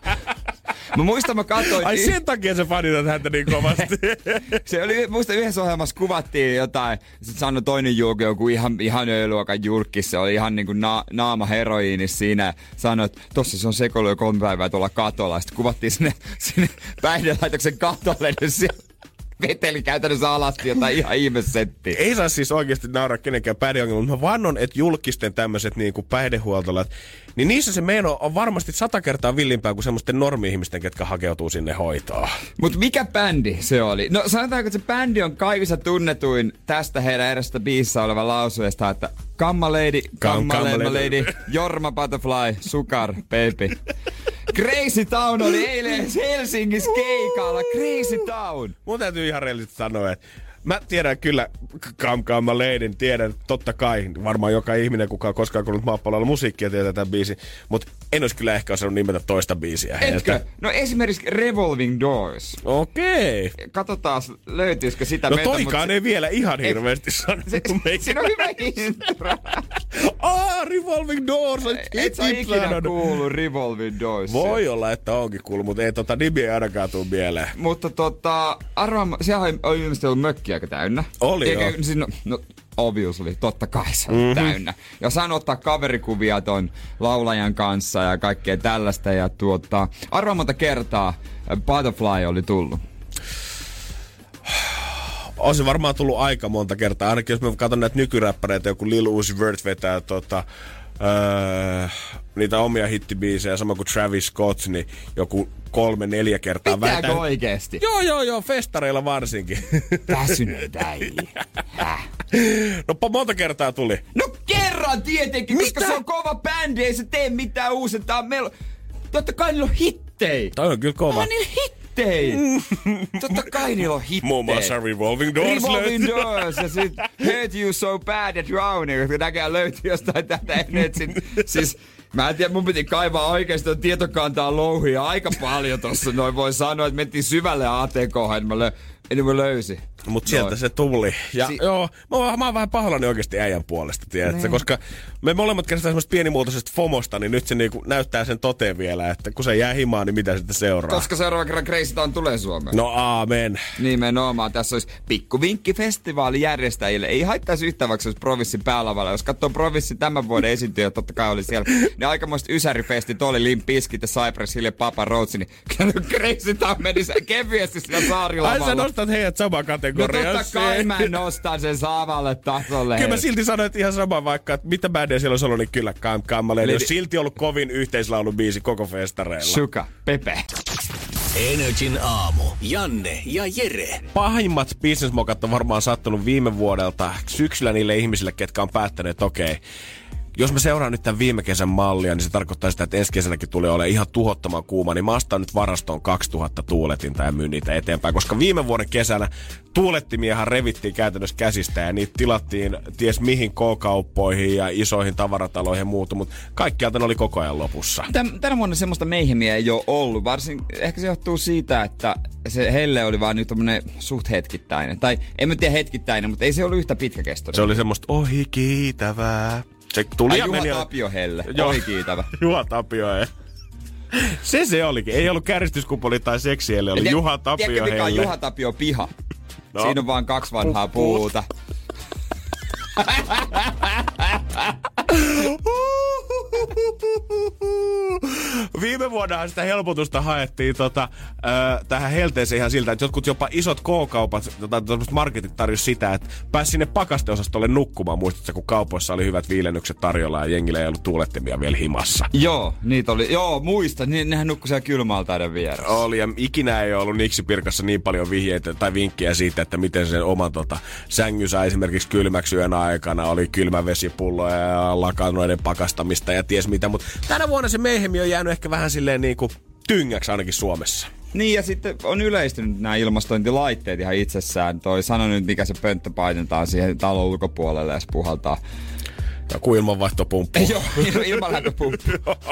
Mä muistan, mä katsoin... Ai sen takia sä fanitat häntä niin kovasti. Se oli, muistan yhdessä ohjelmassa kuvattiin jotain, sit sanoi toinen julki, joku ihan, ihan ööluokan julkis, se oli ihan niinku na, naama heroiinis siinä. Sanoi, että tossa se on sekoilu jo kolme päivää tuolla katolla. Sitten kuvattiin sinne, sinne päihdelaitoksen katolle, niin se veteli käytännössä alasti jotain ihan ihmesettiä. Ei saa siis oikeasti nauraa kenenkään päihdeongelma, mutta mä vannon, että julkisten tämmöiset niinku päihdehuoltolat, niin niissä se meno on varmasti sata kertaa villimpää kuin semmoisten normi-ihmisten, ketkä hakeutuu sinne hoitoon. Mut mikä bändi se oli? No sanotaanko, että se bändi on kaikissa tunnetuin tästä heidän erästä biisissä oleva lausuesta, että Kamma lady, kamma Kam, lady, lady, Jorma butterfly, sukar, baby. Crazy Town oli eilen Helsingissä keikalla. Crazy Town. Mun täytyy ihan reellisesti sanoa, että mä tiedän kyllä Kam Kamma Ladyn, tiedän totta kai, varmaan joka ihminen, kuka on koskaan kuullut maapallolla musiikkia, tietää tämän biisin, mutta en olisi kyllä ehkä osannut nimetä toista biisiä. Etkö? No esimerkiksi Revolving Doors. Okei. Okay. Katsotaan, löytyisikö sitä No meitä, toikaan se, ei vielä ihan hirveästi sano. Siinä on hyvä intro. Ah, Revolving Doors. Et sä ikinä kuullut Revolving Doors. Voi olla, että onkin kuullut, mutta ei tota nimi ei ainakaan tuu mieleen. Mutta tota, arvaa, sehän on ilmeisesti ollut mökki aika täynnä. Oli Eikä, joo. Siis no, no, obviously, totta kai se on mm-hmm. täynnä. Ja sain ottaa kaverikuvia ton laulajan kanssa ja kaikkea tällaista. Ja tuota, arvaa monta kertaa Butterfly oli tullut. On se varmaan tullut aika monta kertaa. Ainakin jos mä katson näitä nykyräppäreitä, joku Lil Uzi Vert vetää tota, öö, niitä omia hittibiisejä, sama kuin Travis Scott, niin joku kolme, neljä kertaa. Pitääkö väitän... oikeesti? Joo, joo, joo, festareilla varsinkin. Väsyneitä äijä. No monta kertaa tuli. No kerran tietenkin, Mitä? koska se on kova bändi, ei se tee mitään uusintaa. Meillä totta kai niillä on hittejä. Toi on kyllä kova. On niillä hittejä. Totta kai niillä on hittejä. Muun muassa Revolving Doors Revolving Doors ja sit Hurt You So Bad at Drowning, jotka näköjään löytyy jostain tätä netsin. Siis Mä en tiedä, mun piti kaivaa oikeesti ton tietokantaa louhia aika paljon tossa. Noin voi sanoa, että mentiin syvälle A T K:han, että mä, lö- että mä löysin. Mut sieltä Noin. se tuli. Ja si- joo, mä oon, mä oon vähän pahoillani oikeesti äijän puolesta, tiedätkö? Koska me molemmat käsitään semmoista pienimuotoisesta FOMosta, niin nyt se niinku näyttää sen toteen vielä, että kun se jää himaan, niin mitä sitten seuraa. Koska seuraava kerran Crazy Town tulee Suomeen. No aamen. Nimenomaan. Tässä olisi pikkuvinkki festivaalin järjestäjille. Ei haittaisi yhtään, vaikka se olisi Provinssin päälavalla. Jos katsoo Provinssin tämän vuoden esiintyjä, totta kai oli siellä. Ne aikamoiset ysärifestit oli Limp Bizkit ja Cypress Hill ja Papa Roach, niin Crazy Town meni kevyesti sillä saarilavalla. Ai sä nostat heidät samaan kategoriaan. No totta kai mä nostan sen samalle tasolle. Kyllä mä silti sanoin, että ihan sama vaikka, että mitä bändejä siellä olisi ollut, niin kyllä Come Come Lady. Olisi silti ollut kovin yhteislaulubiisi koko festareilla. Suka, Pepe. Energin aamu. Janne ja Jere. Pahimmat businessmokat on varmaan sattunut viime vuodelta syksyllä niille ihmisille, ketkä on päättäneet, että okei, jos mä seuraan nyt tämän viime kesän mallia, niin se tarkoittaa sitä, että ensi kesänäkin tulee olemaan ihan tuhottoman kuuma, niin mä astan nyt varastoon kaksituhatta tuuletinta ja myyn niitä eteenpäin. Koska viime vuoden kesänä tuulettimiahan revittiin käytännössä käsistä ja niitä tilattiin ties mihin K-kauppoihin ja isoihin tavarataloihin ja muuta, mutta kaikkialta ne oli koko ajan lopussa. Tän, tänä vuonna semmoista meihemiä ei ole ollut. Varsin ehkä se johtuu siitä, että se helle oli vaan nyt tommonen suht hetkittäinen. Tai en mä tiedä hetkittäinen, mutta ei se ollut yhtä pitkäkestoinen. Se oli semmoista ohikiitävää. Se tuli ja Juha meni. Tapio helle. Ohi kiitävä. Juha Tapio ei. Se se olikin. Ei ollut kärjistyskupoli tai seksielle, oli Tiedä, Juha Tapio helle. Tiedätkö mikä on Juha Tapio piha? No. Siinä on vaan kaksi vanhaa puuta. Viime vuonnahan sitä helpotusta haettiin tota, äh, tähän helteeseen ihan siltä, että jotkut jopa isot K-kaupat, tota, marketit tarjosi sitä, että pääsi sinne pakasteosastolle nukkumaan. Muistatko, kun kaupoissa oli hyvät viilennykset tarjolla ja jengillä ei ollut tuulettimia vielä himassa? Joo, niitä oli. Joo, muista. Ni, nehän nukkui siellä kylmäaltaiden vieressä. Oli, ja ikinä ei ollut Niksi-pirkassa niin paljon vihjeitä tai vinkkejä siitä, että miten sen oman tota, sängyn saa esimerkiksi kylmäksi yön aikana. Oli kylmävesipulloja ja lakanoiden pakastamista ja ties mitä, mutta tänä vuonna se meihemi on jäänyt ehkä vähän silleen niinku tyngäksi ainakin Suomessa. Niin, ja sitten on yleistynyt nämä ilmastointilaitteet ihan itsessään. Toi sano nyt, mikä se pönttö painetaan siihen talon ulkopuolelle ja se puhaltaa. Joku ilmanvaihtopumppu. Joo, ilmanlämpöpumppu.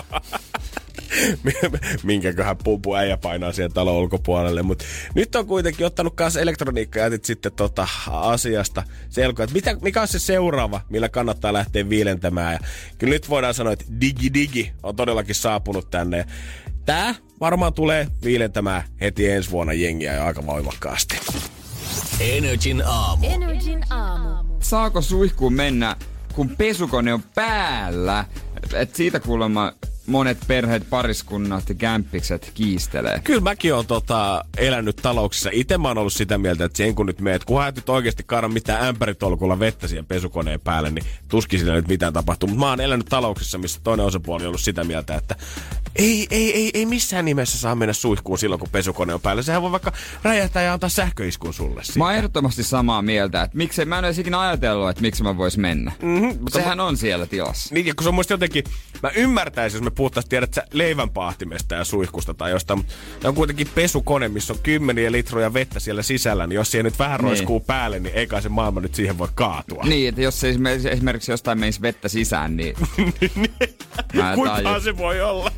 Minkäköhän pumpu äijä painaa siihen talon ulkopuolelle. Mut nyt on kuitenkin ottanut kanssa elektroniikkajätit sitten tota asiasta selkoa, että mitä, mikä on se seuraava, millä kannattaa lähteä viilentämään. Ja kyllä nyt voidaan sanoa, että digi digi on todellakin saapunut tänne. Tää varmaan tulee viilentämään heti ensi vuonna jengiä jo aika voimakkaasti. Energin aamu. Energin aamu. Saako suihkuun mennä, kun pesukone on päällä? Et siitä kuulemma monet perheet, pariskunnat ja kämppikset kiistelee. Kyllä mäkin oon tota, elänyt talouksissa. Itse mä oon ollut sitä mieltä, että sen kun nyt meet, kun hän nyt oikeasti kaada mitään ämpäritolkulla vettä siihen pesukoneen päälle, niin tuskin siinä nyt mitään tapahtuu. Mutta mä oon elänyt talouksissa, missä toinen osapuoli on ollut sitä mieltä, että ei, ei, ei, ei missään nimessä saa mennä suihkuun silloin, kun pesukone on päällä. Sehän voi vaikka räjähtää ja antaa sähköiskun sulle siitä. Mä oon ehdottomasti samaa mieltä, että miksei, mä en olisi ikinä ajatellut, että miksi mä vois mennä. Mm-hmm, mutta sehän mä... on siellä tilassa. Niin, kun se on musta jotenkin, mä ymmärtäisin, jos me puhuttaisiin, tiedät sä, leivänpaahtimesta ja suihkusta tai jostain, mutta on kuitenkin pesukone, missä on kymmeniä litroja vettä siellä sisällä, niin jos siihen nyt vähän roiskuu niin päälle, niin ei kai se maailma nyt siihen voi kaatua. Niin, että jos se esimerkiksi jostain menisi vettä sisään, niin... Kuinkahan se voi olla?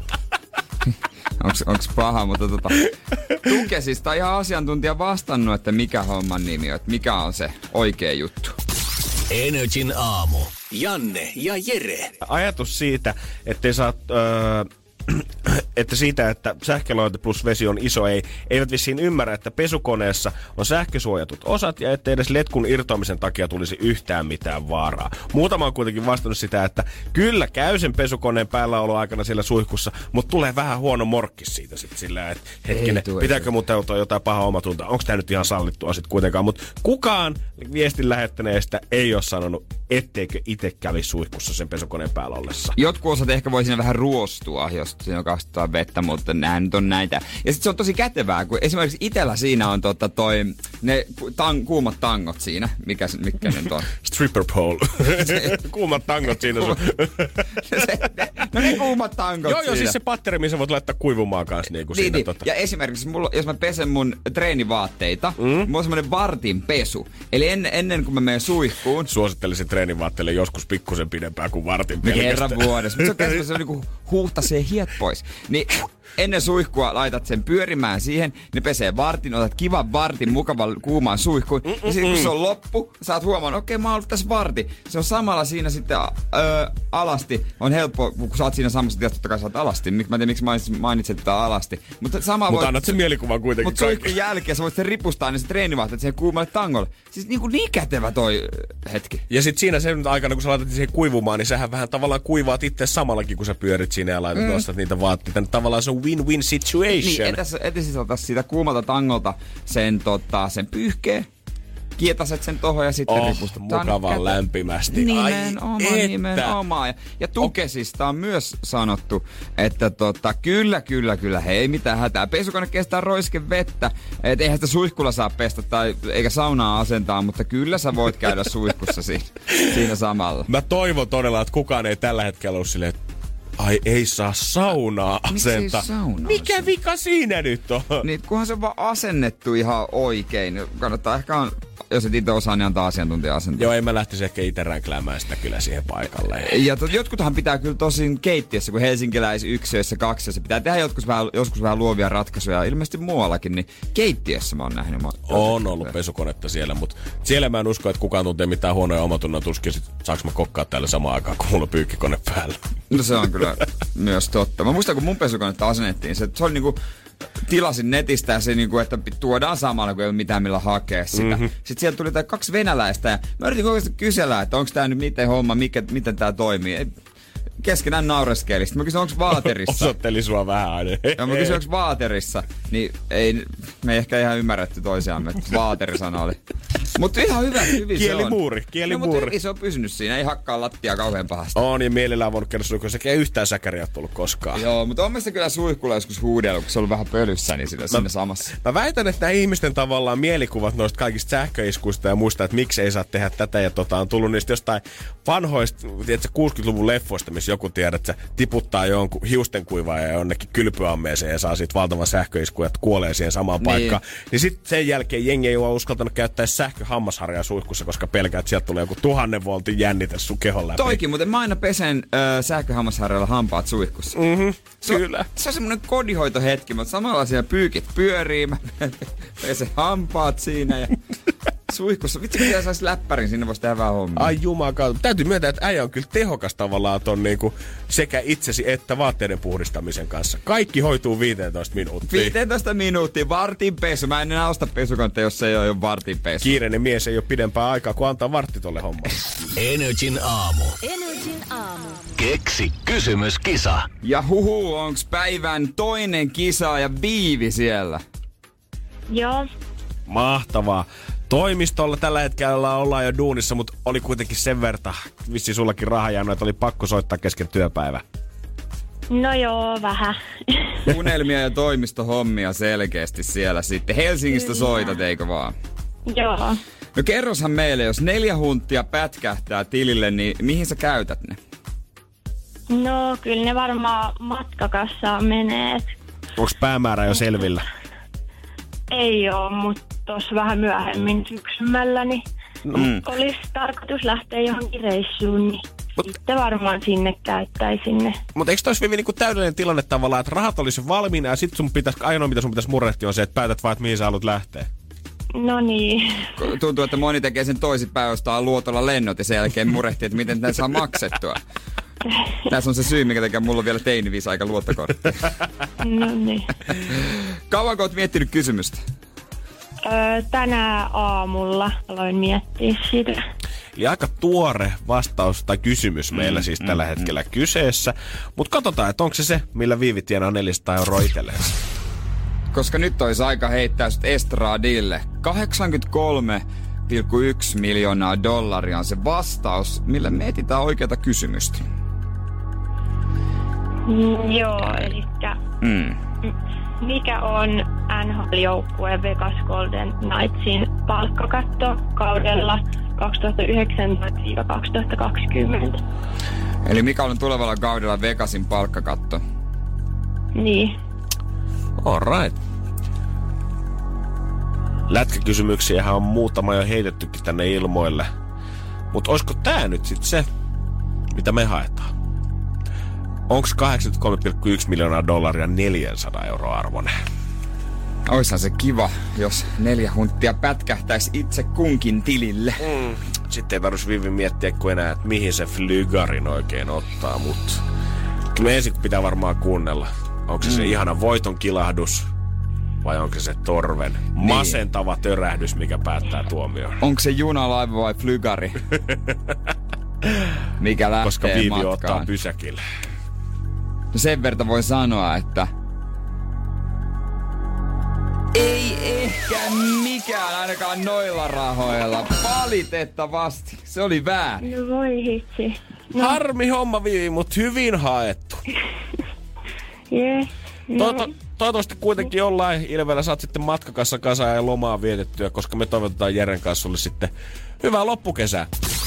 Onks, onks paha, mutta tota... Tukesista on ihan asiantuntija vastannut, että mikä homman nimi on, että mikä on se oikea juttu. Energin aamu. Janne ja Jere. Ajatus siitä, ettei saa... Öö, että siitä, että sähköloite plus vesi on iso, ei, eivät vissiin ymmärrä, että pesukoneessa on sähkösuojatut osat ja ettei edes letkun irtoamisen takia tulisi yhtään mitään vaaraa. Muutama on kuitenkin vastannut sitä, että kyllä käy sen pesukoneen päälläolo aikana siellä suihkussa, mutta tulee vähän huono morkkis siitä sitten sillä, että hetkinen, pitääkö mun teutoa jotain pahaa omatuntaa, onko tää nyt ihan sallittua sitten kuitenkaan, mutta kukaan viestin lähettäneestä ei ole sanonut, etteikö itse kävi suihkussa sen pesukoneen päällä ollessa. Jotkut osat ehkä voi siinä vähän ruostua, jos siinä kastaa vettä, mutta nämä nyt on näitä. Ja sit se on tosi kätevää, kun esimerkiksi itellä siinä on tota toi, ne tang, kuumat tangot siinä. Mikä, mikä ne on? Stripper pole. Kuumat tangot siinä. se, ne, No ne kuumat tankot Joo, joo, siinä. siis se patteri, missä voit laittaa kuivumaan kanssa niinku niin, siinä. niin. Tota. Ja esimerkiksi, mulla, jos mä pesen mun treenivaatteita, mm. mulla on semmonen vartin pesu. Eli ennen, ennen kuin mä menen suihkuun. Suosittelisin treenivaatteille joskus pikkusen pidempään kuin vartin pelkästään. Kerran vuodessa. Mutta se on käsissä, se on niinku huuhtasee hiet pois. Niin ennen suihkua laitat sen pyörimään siihen, ne pesee vartin, otat kivan vartin mukavan kuumaan suihkuun. Mm-mm-mm. Ja sitten kun se on loppu, sä oot huomannut, okei okay, mä oon ollut tässä vartin. Se on samalla siinä sitten öö, alasti. On helppo, kun sä oot siinä samassa tiedät, totta kai sä oot alasti. Mä en tiedä, miksi mainitsit tätä alasti. Mutta sama Mutta voit, annat sen mielikuvan kuitenkin. Mutta suihkun jälkeen sä voit sen ripustaa niin se treenivaatteet siihen kuumalle tangolle. Siis niinku niin kätevä toi hetki. Ja sit siinä sen aikana, kun sä laitat siihen kuivumaan, niin sähän vähän tavallaan kuivaat itse samallakin, kun sä pyörit siinä ja laitat mm. nostat niitä vaatteita. Tavallaan se on win-win situation. Niin, etäs, etäs ota siitä kuumalta tangolta sen, tota, sen pyyhkeen, kietaset sen tohon ja sitten oh, ripustat. mukavan lämpimästi. Nimenomaan, nimenomaan. Ja, ja Tukesista on myös sanottu, että tota, kyllä, kyllä, kyllä, hei, mitään hätää. Pesukone kestää roiske vettä, et eihän sitä suihkulla saa pestä tai eikä saunaa asentaa, mutta kyllä sä voit käydä suihkussa siinä, siinä samalla. Mä toivon todella, että kukaan ei tällä hetkellä ole silleen, ai ei saa saunaa asentaa. Miksi ei saunaa Mikä asentaa? vika siinä nyt on? Niin, kunhan se on vaan asennettu ihan oikein. Kannattaa ehkä, on, jos et itse osaa, niin antaa asiantuntija asentaa. Joo, ei mä lähtisi ehkä itse ränkläämään sitä kyllä siihen paikalle. Ja to, jotkuthan pitää kyllä tosin keittiössä, kun helsinkiläisyksiöissä kaksi, jos se pitää tehdä joskus vähän, joskus vähän luovia ratkaisuja, ilmeisesti muuallakin, niin keittiössä mä oon nähnyt. Mä on ollut kyllä pesukonetta siellä, mutta siellä mä en usko, että kukaan tuntee mitään huonoja omatunnan tuskia. Saanko mä kokkaa täällä samaan aikaan, kun mulla on pyykkikone päällä? No se on kyllä myös totta. Mä muistan, kun mun pesukonetta asennettiin, se, se oli niinku, tilasin netistä se niinku, että tuodaan samalla, kun ei ole mitään millä hakea sitä. Mm-hmm. Sitten sieltä tuli tää kaksi venäläistä ja mä yritin koko ajan kysellä, että onko tää nyt miten homma, mikä, miten tää toimii. Ei, keskenään naureskeli. Sitten mä kysyin, onko vaaterissa. Osoitteli sua vähän aina. Ja mä kysyin, onko vaaterissa. Niin ei, me ei ehkä ihan ymmärretty toisiamme, että vaaterisana oli. Mutta ihan hyvä, hyvin kielimuuri, se on. kielimuuri. No, mutta se on pysynyt siinä, ei hakkaa lattiaa kauhean pahasti. On, niin mielellään voinut käydä suihkuun. Sekin ei yhtään säkäriä tullut koskaan. Joo, mutta on mielestäni kyllä suihkulla joskus huudellut, kun se on ollut vähän pölyssä, niin siinä, siinä samassa. Mä väitän, että nämä ihmisten tavallaan mielikuvat noista kaikista sähköiskuista ja muista, että miksi ei saa tehdä tätä ja tota, on tullut niistä jostain vanhoista, tiedätkö, kuusikymmentäluvun leffoista, missä joku tiedät, että se tiputtaa jonkun hiustenkuivaajan jonnekin kylpyammeeseen ja saa siitä valtavan sähköiskun, että kuolee siihen samaan niin. paikkaan. Niin sitten sen jälkeen jengi ei ole uskaltanut käyttää sähköhammasharjaa suihkussa, koska pelkää, että sieltä tulee joku tuhannen voltin jännite sun kehon läpi. Toikin, mutta mä aina pesen äh, sähköhammasharjalla hampaat suihkussa. Mm-hmm, se, kyllä. Se on semmonen kodinhoitohetki, mutta samalla siellä pyykit pyörii, mä pesen hampaat siinä ja suihkussa. Vitsi, mitä sais läppärin, sinne voisi tehdä vähän hommia. Ai jumakaan. Täytyy myöntää, että äijä on kyllä tehokas tavallaan ton niinku sekä itsesi että vaatteiden puhdistamisen kanssa. Kaikki hoituu viisitoista minuuttia. viisitoista minuuttia, vartin pesu. Mä en enää osta pesukonetta, jos se ei ole jo vartin pesu. Kiireinen mies ei ole pidempää aikaa, kun antaa vartti tolle hommalle. Energin aamu. Energin aamu. Keksi kysymyskisa. Ja huhu, onks päivän toinen kisa ja Viivi siellä? Joo. Mahtavaa. Toimistolla tällä hetkellä ollaan jo duunissa, mutta oli kuitenkin sen verta, vissiin sullakin raha jäänyt, että oli pakko soittaa kesken työpäivä. No joo, vähän. Unelmia ja toimistohommia selkeästi siellä sitten. Helsingistä kyllä soitat, eikö vaan? Joo. No kerroshan meille, jos neljä hunttia pätkähtää tilille, niin mihin sä käytät ne? No kyllä ne varmaan matkakassaan menee. Onks päämäärä jo selvillä? Ei oo, mutta tuossa vähän myöhemmin syksymällä, niin mm. olisi tarkoitus lähteä johonkin reissuun, niin Mut, sitten varmaan sinne käyttäisin ne. Mutta eikö tois niinku täydellinen tilanne tavallaan, että rahat olisi valmiina ja sit sun pitäis, ainoa mitä sun pitäisi murrehtia on se, että päätät vaan, että mihin sä haluat lähteä? No niin. Tuntuu, että moni tekee sen toisinpäin, ostaa luotolla lennot ja sen jälkeen murehtii, että miten näitä saa maksettua. Tässä on se syy, mikä tekee mulla on vielä teiniviisa aika luottokortti. No niin. Kauanko oot miettinyt kysymystä? Öö, tänä aamulla aloin miettiä sitä. Eli aika tuore vastaus tai kysymys meillä mm, siis mm, tällä hetkellä mm. kyseessä. Mutta katsotaan, että onko se se, millä Viivi tienaa neljäsataa euroa itselleen. Koska nyt olisi aika heittää sut estradille. kahdeksankymmentäkolme pilkku yksi miljoonaa dollaria on se vastaus, millä me etsitään oikeata kysymystä. Mm, joo, elikkä mm. mikä on N H L-joukkueen Vegas Golden Knightsin palkkakatto kaudella kaksituhattayhdeksäntoista kaksituhattakaksikymmentä? Eli mikä on tulevalla kaudella Vegasin palkkakatto? Niin. All right. Lätkäkysymyksiähän on muutama jo heitettykin tänne ilmoille. Mutta olisiko tää nyt sit se, mitä me haetaan? Onks kahdeksankymmentäkolme pilkku yksi miljoonaa dollaria neljäsataa euroa arvoinen? Oishan se kiva, jos neljä hunttia pätkähtäisi itse kunkin tilille. Mm. Sitten ei tarvitsisi Vivi miettiä kuin enää, että mihin se flygarin oikein ottaa, mutta kyllä me ensin pitää varmaan kuunnella. Onko se mm. se ihana voiton kilahdus vai onko se se torven niin. masentava törähdys, mikä päättää tuomioon? Onko se juna, laiva vai flygari? Mikä lähtee Koska Viivi matkaan. ottaa pysäkille. No sen verta voi sanoa, että ei ehkä mikään ainakaan noilla rahoilla. Valitettavasti. Se oli väärin. No voi hitsi. No. Harmi homma, Viivi, mutta hyvin haettu. Yeah. No. Toivottavasti, toivottavasti kuitenkin jollain ilveellä saat sitten matkakassa kasaan ja lomaa vietettyä, koska me toivotetaan Jeren kanssa sulle sitten hyvää loppukesää.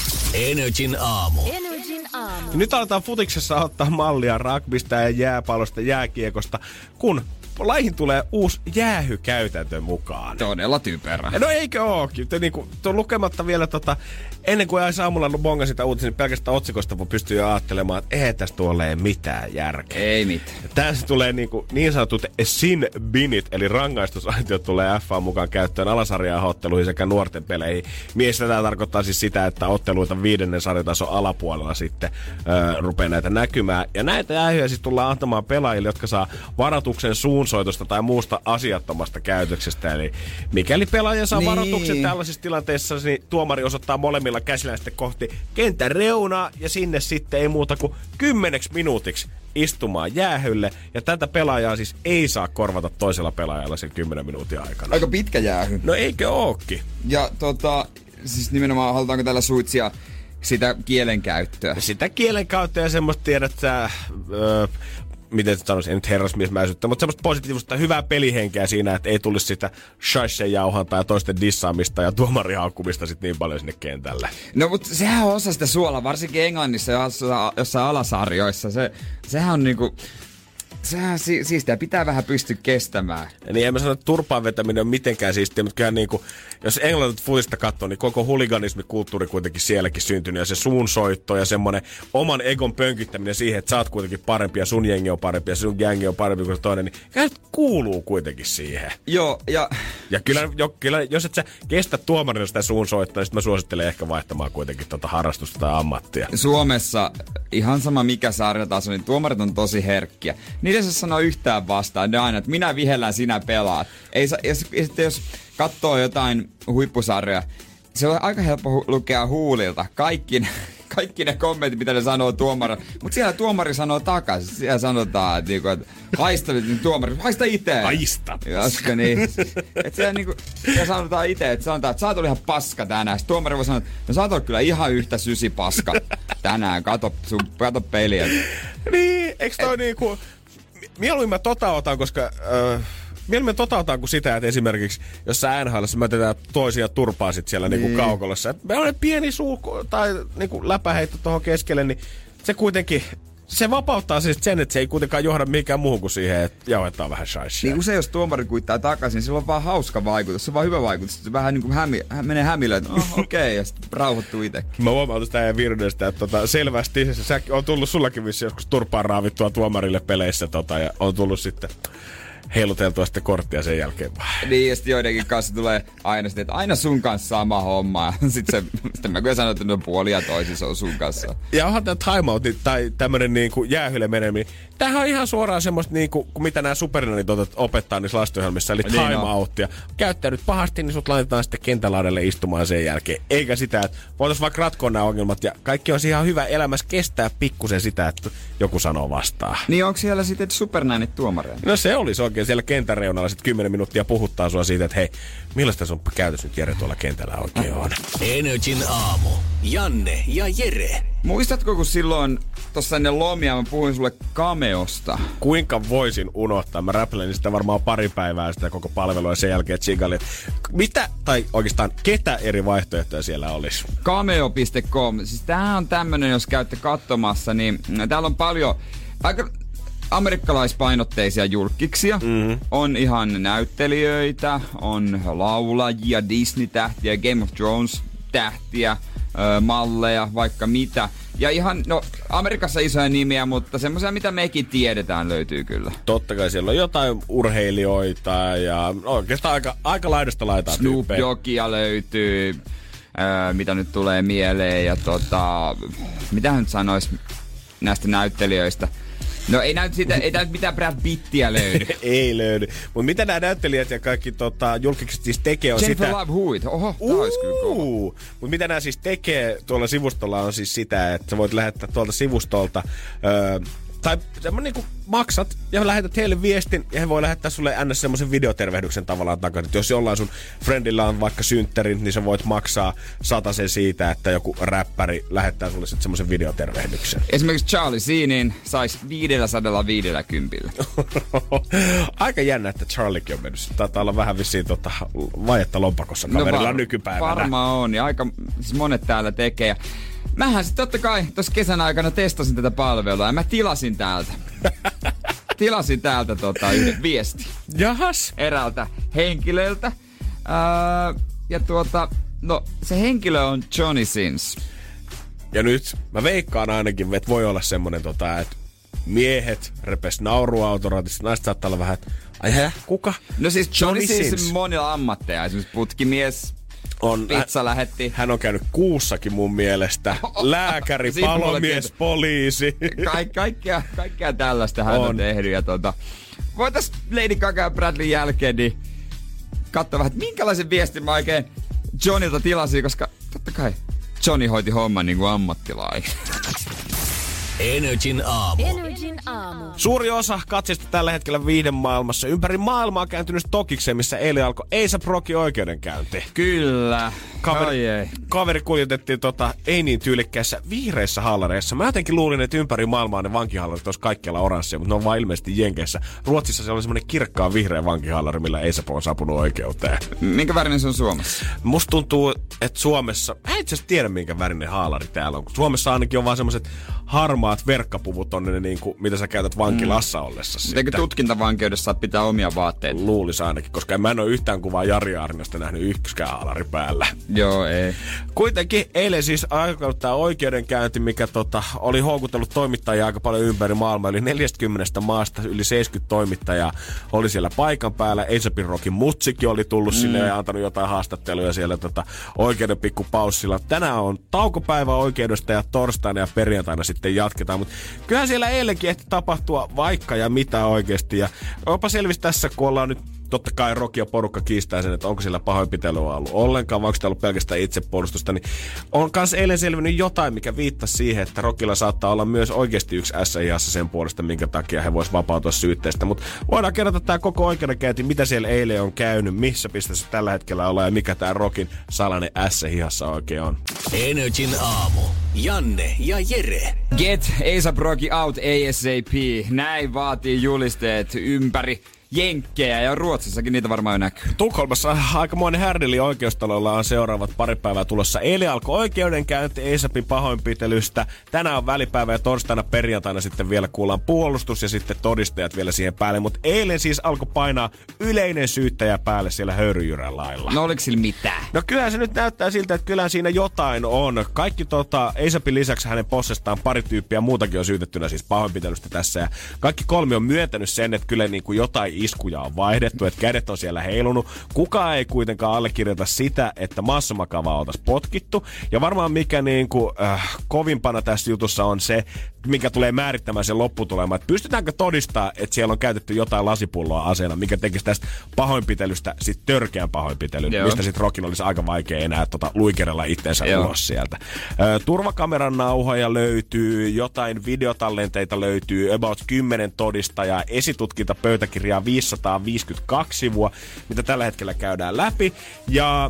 Energin aamu. Energin aamu. Nyt aletaan futiksessa ottaa mallia rugbysta ja jääpallosta, jääkiekosta, kun laihin tulee uusi jäähykäytäntö mukaan. Todella typerä. No eikö ookin? Niin kuin, lukematta vielä tota, ennen kuin aina aamulla bongasin sitä uutisen, niin pelkästään otsikosta pystyy jo ajattelemaan, että eihän tästä ole mitään järkeä. Ei mitään. Tässä tulee niin, kuin, niin sanotut sin binit, eli rangaistusaitiot tulee F A mukaan käyttöön alasarja-otteluihin sekä nuorten peleihin. Mies tätä tarkoittaa siis sitä, että otteluita viidennen sarjatason alapuolella sitten öö, rupeaa näitä näkymään. Ja näitä jäähyjä siis tullaan antamaan pelaajille, jotka saa varoituksen suunsoitosta tai muusta asiattomasta käytöksestä. Eli mikäli pelaaja saa niin. varoituksen tällaisissa tilanteissa, niin tuomari osoittaa molemmilla käsillä sitten kohti kentän reunaa ja sinne sitten ei muuta kuin kymmeneksi minuutiksi istumaan jäähylle. Ja tätä pelaajaa siis ei saa korvata toisella pelaajalla sen kymmenen minuutin aikana. Aika pitkä jäähy. No eikö ookin? Ja tota, siis nimenomaan halutaanko tällä suitsia sitä kielenkäyttöä? Sitä kielenkäyttöä ja semmoista tiedät sä... Öö, miten sanoisin, ei nyt herrasmiesmäisyyttä, mutta semmoista positiivista hyvää pelihenkeä siinä, että ei tulisi sitä shaisen jauhantaa ja toisten dissaamista ja tuomarihaukkumista sit niin paljon sinne kentälle. No mutta sehän on osa sitä suolaa, varsinkin Englannissa jossain alasarjoissa. Se, sehän on niinku... Sehän si- siistiä, pitää vähän pystyä kestämään. Ja niin en mä sano, että turpaan vetäminen on mitenkään siistiä, mutta kyllähän niinku, jos englantilta futista katsoo, niin koko huliganismikulttuuri kuitenkin sielläkin syntynyt. Ja se suunsoitto ja semmonen oman egon pönkyttäminen siihen, että sä oot kuitenkin parempi ja sun jengi on parempi ja sun jengi on parempi kuin toinen, niin kyllä kuuluu kuitenkin siihen. Joo, ja... Ja kyllä, jo, kyllä jos et sä kestä tuomarina sitä suunsoittoa, niin sit mä suosittelen ehkä vaihtamaan kuitenkin tota harrastusta tai ammattia. Suomessa ihan sama mikä sarjataso, niin tuomarit on tosi herkkiä. Niiden se sanoo yhtään vastaan. Ne aina, että minä vihellään, sinä pelaat. Ei, ja sitten jos katsoo jotain huippusarjoja, se on aika helppo hu- lukea huulilta. Kaikki ne, kaikki ne kommentit, mitä ne sanoo tuomari. Mutta siellä tuomari sanoo takaisin. Siellä sanotaan, että, niinku, että haista tuomari, haista itse. Haista. Josko niin. Että siellä niinku, ja sanotaan itse, että sanotaan, että sä oot ollut ihan paska tänään. Sitten tuomari voi sanoa, että no sä oot ollut kyllä ihan yhtä sysi paska tänään. Kato, sun, kato peliä. Niin, eikö toi Et, niinku... Mieluummin mä tota otan, koska... Äh, mieluummin tota otan kuin sitä, että esimerkiksi jossain N H L:ssä mä otetaan toisia turpaa sit siellä niin. niinku kaukolossa. Et me on pieni suu tai niinku läpäheitto tuohon keskelle, niin se kuitenkin... Se vapauttaa siis sen, että se ei kuitenkaan johda mihinkään muuhun kuin siihen, että jauhetaan vähän shaishia. Niin usein jos tuomari kuittaa takaisin, niin sillä on vaan hauska vaikutus. Se on vaan hyvä vaikutus. Se vähän niin kuin hämi, menee hämille, että oh, okei, okay, ja sitten rauhoittuu itsekin. Mä huomautin sitä ja Virnestä, että tota, selvästi se on tullut sullakin vissi joskus turpaan raavittua tuomarille peleissä tota, ja on tullut sitten heiluteltua sitten korttia sen jälkeen vaan. Niin, ja sitten joidenkin kanssa tulee aina sitten, että aina sun kanssa sama homma. Sitten, se, sitten mä kyllä sanon, että no puoli ja toisissa on sun kanssa. Ja onhan tämä timeout tai tämmönen niinku jäähylle meneminen. Tämähän on ihan suoraan semmoista niinku, kuin mitä nämä supernanit opettaa niissä lastenohjelmissa, eli timeoutia. Käyttäydyt pahasti, niin sut laitetaan sitten kentälaidelle istumaan sen jälkeen. Eikä sitä, että voitaisiin vaikka ratkoa nämä ongelmat. Ja kaikki on ihan hyvä elämässä kestää pikkusen sitä, että joku sanoo vastaan. Niin onko siellä sitten supernanit tuomareja? No se olisi oikein oikein siellä kentän reunalla sit kymmenen minuuttia puhuttaa sua siitä, että hei, millaista sun käytös nyt Jere tuolla kentällä oikein on? Energin aamu. Janne ja Jere. Muistatko, kun silloin tossa ennen lomia mä puhuin sulle Cameosta? Kuinka voisin unohtaa? Mä räpläin sitä varmaan pari päivää sitä koko palvelua ja sen jälkeen tsigailin. Mitä, tai oikeastaan ketä eri vaihtoehtoja siellä olisi? Cameo piste com. Siis tämähän on tämmönen, jos käytte katsomassa, niin täällä on paljon aika amerikkalaispainotteisia julkkiksia. Mm-hmm. On ihan näyttelijöitä, on laulajia, Disney-tähtiä, Game of Thrones-tähtiä, malleja, vaikka mitä. Ja ihan, no, Amerikassa isoja nimiä, mutta semmoisia, mitä mekin tiedetään, löytyy kyllä. Totta kai siellä on jotain urheilijoita ja oikeastaan aika, aika laidasta laitaa Snoop Dogia löytyy, ää, mitä nyt tulee mieleen. Ja tota, mitä hän nyt sanois näistä näyttelijöistä? No ei näytä siitä, ei näytä mitään Brad Pittiä löydy. Ei löydy. Mutta mitä nämä näyttelijät ja kaikki tota, julkikset siis tekee on Jennifer sitä... Love Hewitt. Oho, tää olisi kyllä kova. Mutta mitä nämä siis tekee tuolla sivustolla on siis sitä, että sä voit lähettää tuolta sivustolta... Öö, tai semmoinen niin maksat ja lähetät heille viestin ja he voi lähettää sulle ns. Semmoisen videotervehdyksen tavallaan takaisin. Jos jollain sun friendillä on vaikka synttärit, niin sä voit maksaa satasen siitä, että joku räppäri lähettää sulle sitten semmoisen videotervehdyksen. Esimerkiksi Charlie Sheenin sais viisisataaviisikymmentä. Aika jännä, että Charliekin on mennyt. Taitaa olla vähän vissiin tota, vajetta lompakossa kaverilla no var- nykypäivänä. Varmaan on ja aika siis monet täällä tekee. Mähän sit totta kai tossa kesän aikana testasin tätä palvelua ja mä tilasin täältä. tilasin täältä tota yhden viesti. Jahas. Eräältä henkilöltä. Öö, ja tuota, no se henkilö on Johnny Sins. Ja nyt mä veikkaan ainakin, että voi olla semmonen tota, että miehet repes nauruautoraatista, naiset saattaa olla vähän, että ai hä, kuka? No siis Johnny, Johnny Sins, Sins monilla ammatteja, esimerkiksi putkimies, on, pizza lähetti. Hän on käynyt kuussakin mun mielestä. Lääkäri, palomies, poliisi. Ka- kaikkea, kaikkea tällaista hän on, on tehnyt. Ja tuota, voitais Lady Gaga ja Bradley jälkeen niin katsoa vähän, että minkälaisen viestin mä oikein Johnilta tilasin, koska totta kai Johnny hoiti homman niin kuin ammattilainen. Energin aamu. Energin aamu. Suuri osa katsesta tällä hetkellä viihden maailmassa ympäri maailmaa on kääntynyt Stokikseen, missä eilen alkoi A$AP Rockin oikeudenkäynti. Kyllä. Kaveri, kaveri kuljetettiin tota, ei niin tyylikkäissä vihreissä hallareissa. Mä jotenkin luulin, että ympäri maailmaa ne vankihallarit olisi kaikkialla oranssia, mutta ne on vaan ilmeisesti Jenkeissä. Ruotsissa se oli semmoinen kirkkaan vihreä vankihallari, millä A$AP on saapunut oikeuteen. Minkä värinen se on Suomessa? Musta tuntuu, että Suomessa... Mä en itse asiassa tiedä, minkä värinen haalari täällä on. Suomessa ainakin on vaan semmoiset harmaat verkkapuvut on ne, niin kuin, mitä sä käytät vankilassa mm. ollessa. Eikö tutkintavankeudessa pitää omia vaatteita? Luulis ainakin, koska mä en ole yhtään kuvaa Jari Aarniosta nähnyt yksikään haalari päällä. Joo, ei. Kuitenkin eilen siis alkoi tämä oikeudenkäynti, mikä tota, oli houkutellut toimittajia aika paljon ympäri maailmaa. Yli neljästäkymmenestä maasta yli seitsemänkymmentä toimittajaa oli siellä paikan päällä. A$AP Rockin mutsikin oli tullut mm. sinne ja antanut jotain haastatteluja siellä tota, oikeuden pikkupaussilla. Tänään on taukopäivä oikeudesta ja torstaina ja perjantaina sitten jatketaan. Mutta kyllähän siellä eilenkin ehti tapahtua vaikka ja mitä oikeasti. Ja jopa selvisi tässä, kun ollaan nyt totta kai Rock ja porukka kiistää sen, että onko siellä pahoinpitelyä ollut ollenkaan, vai onko sitä ollut pelkästään itsepuolustusta, niin on kans eilen selvinnyt jotain, mikä viittasi siihen, että Rockilla saattaa olla myös oikeasti yksi S I A:ssa sen puolesta, minkä takia he vois vapautua syytteestä. Mutta voidaan kerrata tää koko oikeudenkäynti, mitä siellä eilen on käynyt, missä pisteessä tällä hetkellä ollaan ja mikä tää Rockin salainen S-hihassa oikein on. Energin aamu. Janne ja Jere. Get A$AP Rocky out ASAP. Näin vaatii julisteet ympäri Jenkkejä ja Ruotsissakin niitä varmaan jo näkyy. Tukholmassa aikamoinen härdeli oikeustalolla on seuraavat pari päivää tulossa. Eilen alkoi oikeudenkäynti A$APin pahoinpitelystä. Tänään on välipäivä ja torstaina perjantaina sitten vielä kuullaan puolustus ja sitten todistajat vielä siihen päälle. Mutta eilen siis alkoi painaa yleinen syyttäjä päälle siellä höyryjyrän lailla. No oliko sillä mitään? No kyllähän se nyt näyttää siltä, että kyllähän siinä jotain on. Kaikki tota, A$APin lisäksi hänen possestaan pari tyyppiä muutakin on syytettynä siis pahoinpitelystä tässä. Ja kaikki kolme on myöntänyt sen, että kyllä niin kuin jotain iskuja on vaihdettu, että kädet on siellä heilunut. Kukaan ei kuitenkaan allekirjoita sitä, että massamakavaa oltaisiin potkittu. Ja varmaan mikä niin kuin, äh, kovimpana tässä jutussa on se, mikä tulee määrittämään sen lopputulemaan, että pystytäänkö todistaa, että siellä on käytetty jotain lasipulloa aseena, mikä tekisi tästä pahoinpitelystä sit törkeän pahoinpitelyn, Joo. mistä sitten Rockin olisi aika vaikea enää tota, luikerella itseensä Joo. ulos sieltä. Ö, turvakameran nauhoja löytyy, jotain videotallenteita löytyy, about kymmenen todistajaa, esitutkintapöytäkirjaa viisisataaviisikymmentäkaksi sivua, mitä tällä hetkellä käydään läpi. Ja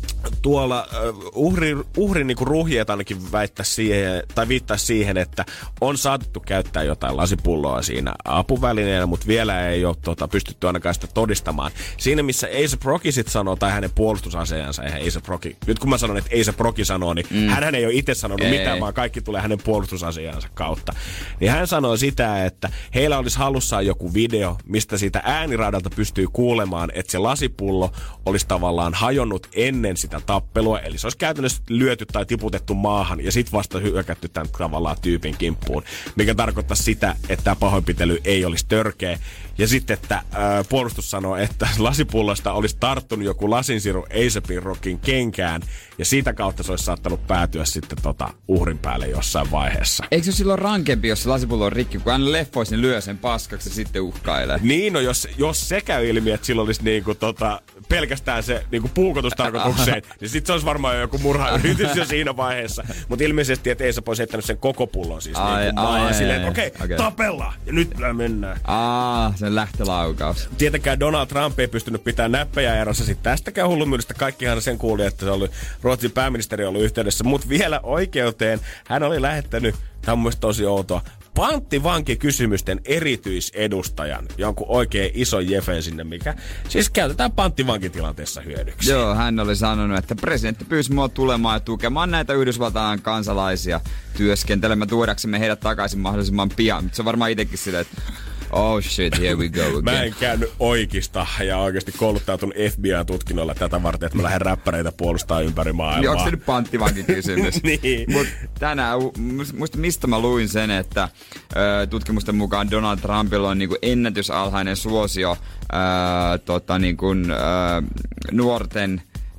tuolla uh, uhri, uhrin niinku ruhjeet ainakin väittää siihen, tai viittaa siihen, että on saatettu käyttää jotain lasipulloa siinä apuvälineenä, mutta vielä ei ole tota, pystytty ainakaan sitä todistamaan. Siinä, missä A$AP Rocky sit sanoo, tai hänen puolustusaseensa, eihän A$AP Rocky, nyt kun mä sanon, että A$AP Rocky sanoo, niin mm. hän ei ole itse sanonut ei. mitään, vaan kaikki tulee hänen puolustusaseensa kautta. Niin hän sanoo sitä, että heillä olisi halussaan joku video, mistä siitä ääniradalta pystyy kuulemaan, että se lasipullo olisi tavallaan hajonnut ennen sitä tappelua, eli se olisi käytännössä lyöty tai tiputettu maahan ja sit vasta hyökätty tämän tavallaan tyypin kimppuun, mikä tarkoittaa sitä, että tämä pahoinpitely ei olisi törkeä. Ja sitten, että ää, puolustus sanoo, että lasipullosta olisi tarttunut joku lasinsiru A$AP Rockin kenkään ja siitä kautta se olisi saattanut päätyä sitten tota uhrin päälle jossain vaiheessa. Eikö se silloin rankempi, jos se lasipullo on rikki, kun aina leffoissa lyö sen paskaksi ja sitten uhkailee? Niin, no jos, jos se käy ilmi, että sillä olisi niinku tota, pelkästään se niinku puukotustarkoitukseen, niin sitten se olisi varmaan joku murhayritys jo siinä vaiheessa. Mutta ilmeisesti, että A$AP olisi heittänyt sen koko pullon siis ai, niinku ai, maan silleen, että okei, okay, okay. tapellaan ja nyt mennään. Aa, sen lähtölaukaus. Tietenkään Donald Trump ei pystynyt pitämään näppejä erossa sit tästäkään hullumyydestä. Kaikkihan sen kuuli, että se oli Ruotsin pääministeri ollut yhteydessä. Mutta vielä oikeuteen hän oli lähettänyt, tämä on mun mielestä tosi outoa, panttivankikysymysten erityisedustajan, jonkun oikein iso jefen sinne, mikä siis käytetään panttivankitilanteessa hyödyksi. Joo, hän oli sanonut, että presidentti pyysi mua tulemaan ja tukemaan näitä Yhdysvaltain kansalaisia työskentelemään tuodaksemme heidät takaisin mahdollisimman pian. Mutta se on varmaan itsekin silleen, että oh shit, here we go again. Mä en käynyt oikeista ja oikeasti kouluttautunut F B I-tutkinnolla tätä varten, että mä lähden räppäreitä puolustaa ympäri maailmaa. Niin onko se nyt panttivankikysymys? Niin. Mut tänään, muista mistä mä luin sen, että ö, tutkimusten mukaan Donald Trumpilla on niinku ennätysalhainen suosio ö, tota, niinku, ö, nuorten...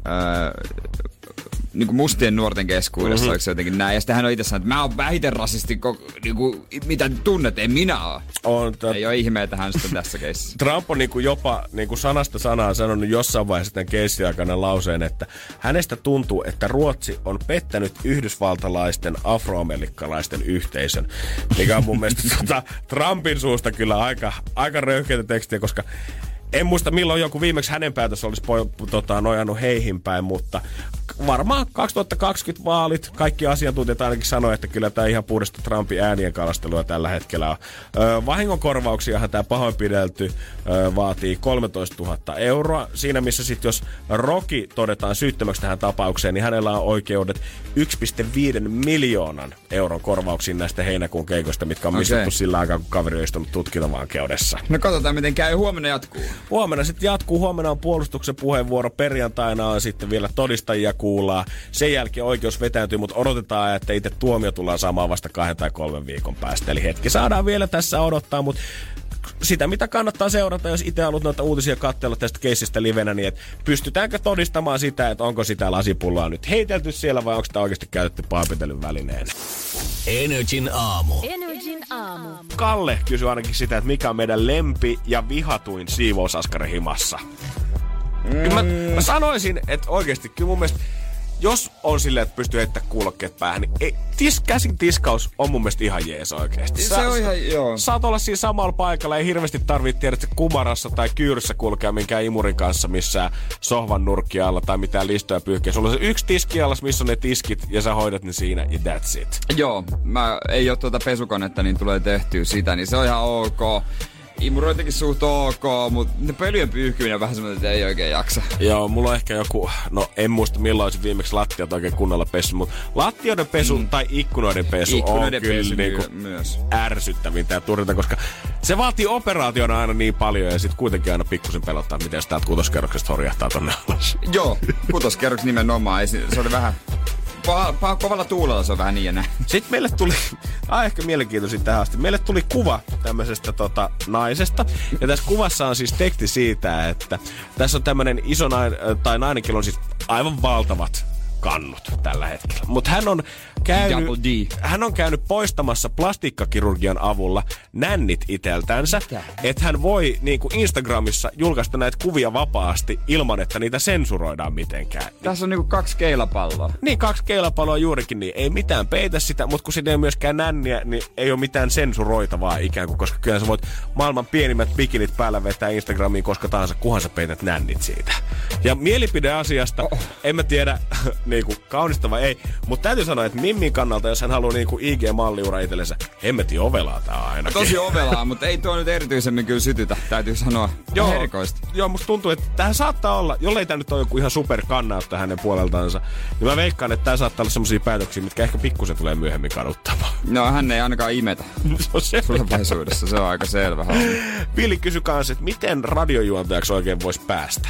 Ö, niinku mustien nuorten keskuudessa, mm-hmm. oliko se jotenkin näin. Ja sitten hän on itse sanonut, että mä oon vähiten rasisti, niinku, mitä tunnet, en minä oo. On, tot... Ei ole ihme, että hän sitten tässä keississä. Trump on niinku jopa niinku sanasta sanaan sanonut jossain vaiheessa tämän keissin aikana lauseen, että hänestä tuntuu, että Ruotsi on pettänyt yhdysvaltalaisten afroamerikkalaisten yhteisön. Mikä on mun mielestä tota, Trumpin suusta kyllä aika, aika röyhkeitä tekstiä, koska en muista milloin joku viimeksi hänen päätössä olisi po, tota, nojannut heihin päin, mutta varmaan kaksituhattakaksikymmentä vaalit, kaikki asiantuntijat ainakin sanoi, että kyllä tämä ihan puhdasta Trumpin äänien kalastelua tällä hetkellä on. Öö, vahingonkorvauksiahan tämä pahoinpidelty öö, vaatii kolmetoistatuhatta euroa. Siinä missä sitten jos Rocky todetaan syyttömäksi tähän tapaukseen, niin hänellä on oikeudet yksi pilkku viisi miljoonan euron korvauksiin näistä heinäkuun keikoista, mitkä on missattu okay. sillä aikaa, kun kaveri on istunut tutkintavankeudessa. No katsotaan miten käy. Huomenna jatkuu. Huomenna sitten jatkuu. Huomenna on puolustuksen puheenvuoro. Perjantaina on sitten vielä todistajia kuullaan. Sen jälkeen oikeus vetäytyy, mutta odotetaan, että itse tuomio tullaan saamaan vasta kahden tai kolmen viikon päästä. Eli hetki saadaan vielä tässä odottaa, mutta sitä mitä kannattaa seurata, jos itse haluat noita uutisia katsella tästä keissistä livenä, niin että pystytäänkö todistamaan sitä, että onko sitä lasipulloa nyt heitelty siellä vai onko sitä oikeasti käytetty pahoinpitelyn välineenä. Energin aamu. Energin aamu. Kalle kysyi ainakin sitä, että mikä on meidän lempi ja vihatuin siivousaskari himassa. Mm. Mä, mä sanoisin, että oikeasti kyllä mun mielestä, jos on silleen, että pystyy heittämään kuulokkeet päähän, niin ei, tis, käsin tiskaus on mun mielestä ihan jees oikeesti. Se on ihan, joo. Saat olla siinä samalla paikalla, ei hirveästi tarvitse tiedä, että kumarassa tai kyyryssä kulkea minkään imurin kanssa missään sohvan nurkki alla tai mitään listoja pyyhkiä. Sulla on se yksi tiskialas, missä on ne tiskit ja sä hoidat ne siinä ja that's it. Joo, mä ei oo tuota pesukonetta, niin tulee tehtyä sitä, niin se on ihan ok. Imuroitakin suht ok, mutta ne pölyjen pyyhkyminen on vähän semmoinen, että ei oikein jaksa. Joo, mulla on ehkä joku, no en muista milloin olisi viimeksi lattiat oikein kunnolla pesu, mutta lattioiden pesu mm. tai ikkunoiden pesu ikkunoiden on kyllä niinku myös ärsyttävintä ja turvinta, koska se vaatii operaationa aina niin paljon ja sit kuitenkin aina pikkusen pelottaa, miten sitä kutoskerroksesta horjahtaa tonne alas. Joo, kutoskerroks nimenomaan, se oli vähän... Pa- pa- kovalla tuulella se on vähän niin ja näin. Sitten meille tuli, ah, ehkä mielenkiintoisin tähän asti, meille tuli kuva tämmöisestä tota, naisesta. Ja tässä kuvassa on siis teksti siitä, että tässä on tämmönen iso nainen, tai nainenkin on siis aivan valtavat kannut tällä hetkellä. Mutta hän on käynyt, Double D. hän on käynyt poistamassa plastiikkakirurgian avulla nännit iteltänsä, että hän voi niin kuin Instagramissa julkaista näitä kuvia vapaasti ilman, että niitä sensuroidaan mitenkään. Tässä on niinku kaksi keilapalloa. Niin, kaksi keilapalloa juurikin, niin ei mitään peitä sitä, mutta kun siinä ei ole myöskään nänniä, niin ei ole mitään sensuroitavaa ikään kuin, koska kyllä sä voit maailman pienimmät bikinit päällä vetää Instagramiin koska tahansa, kunhan sä peität nännit siitä. Ja mielipideasiasta, oh. en mä tiedä, niinku, kaunista vai ei, mutta täytyy sanoa, että Mimmin kannalta, jos hän haluaa niinku I G-malliura itsellensä, hemmetin ovelaa tää ainakin. Tosi ovelaa, mutta ei tuo nyt erityisemmin kyllä sytytä, täytyy sanoa. Joo, erikoista. Joo, musta tuntuu, että tähän saattaa olla, jollei tää nyt ole joku ihan superkannautta hänen puoleltansa, niin mä veikkaan, että tää saattaa olla semmosia päätöksiä, mitkä ehkä pikkusen tulee myöhemmin kaduttamaan. No, hän ei ainakaan imetä. Se on selvä. Tulevaisuudessa, se on aika selvä. Pili kysyi kanssa, että miten radiojuontajaksi oikein voisi päästä?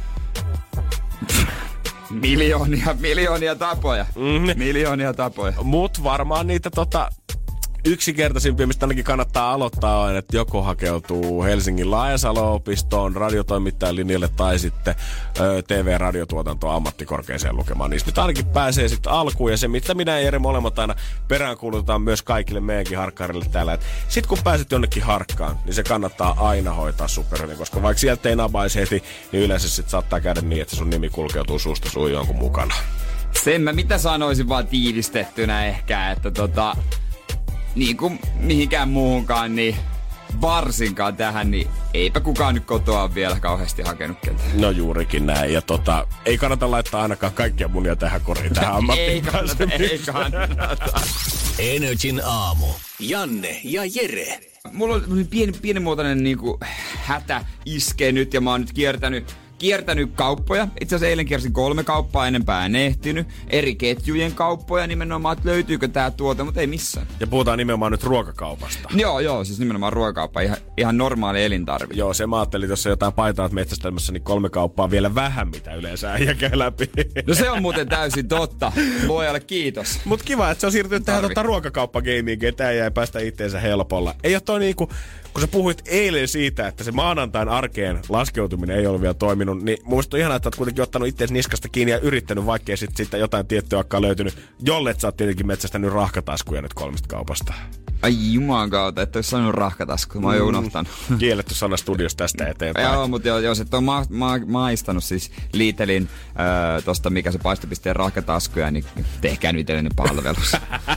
Miljoonia, miljoonia tapoja. Mm. Miljoonia tapoja. Mut varmaan niitä tota... yksinkertaisimpia, mistä ainakin kannattaa aloittaa, on, että joku hakeutuu Helsingin Laajasalo-opistoon radiotoimittajan linjalle tai sitten ö, T V-radiotuotantoa ammattikorkeeseen lukemaan. Niistä nyt ainakin pääsee sitten alkuun. Ja se, mitä minä ja Jere molemmat aina peräänkuulutetaan myös kaikille meidänkin harkkaarille täällä. Sitten kun pääset jonnekin harkkaan, niin se kannattaa aina hoitaa superhyvin, koska vaikka sieltä ei nabaisi heti, niin yleensä sitten saattaa käydä niin, että sun nimi kulkeutuu suusta suun jonkun mukana. Sen mä mitä sanoisin vaan tiivistettynä ehkä, että tota... niin kuin mihinkään muuhunkaan, niin varsinkaan tähän, niin eipä kukaan nyt kotoa vielä kauheasti hakenut ketään. No juurikin näin. Ja tota, ei kannata laittaa ainakaan kaikkia munia tähän koriin, tähän ammattiin. Ei kannata, ei kannata. Energin aamu. Janne ja Jere. Mulla on pieni, pienimuotoinen niin kuin hätä iskee nyt ja mä oon nyt kiertänyt Kiertänyt kauppoja. Itse asiassa eilen kiersin kolme kauppaa, enempää en ehtinyt. Eri ketjujen kauppoja nimenomaan, että löytyykö tää tuote, mutta ei missään. Ja puhutaan nimenomaan nyt ruokakaupasta. Joo, joo, siis nimenomaan ruokakauppa. Ihan, ihan normaali elintarvike. Joo, se mä ajattelin, että jos on jotain paitaa metsästelmässä, niin kolme kauppaa vielä vähän, mitä yleensä äijä käy läpi. No se on muuten täysin totta. Luojalle kiitos. Mut kiva, että se on siirtynyt tähän tota ruokakauppageimiin, ketään ei päästä itteensä helpolla. Ei oo toi niinku... Kun sä puhuit eilen siitä, että se maanantain arkeen laskeutuminen ei ole vielä toiminut, niin mun mielestä on ihanaa, että oot kuitenkin ottanut itseäsi niskasta kiinni ja yrittänyt, vaikkei sit siitä jotain tiettyä aikaa löytynyt, jollet sä oot tietenkin metsästänyt rahkataskuja nyt kolmesta kaupasta. Ai juman kautta, et ois sanonut rahkatasku, mä oon jo unohtanut. Kielletty sana studiossa tästä eteenpäin. Joo, mutta jos et oo ma- ma- maistanut siis Lidlin öö, tosta, mikä se paistopisteen rahkataskuja, niin tehkää nyt itsellinen palvelus.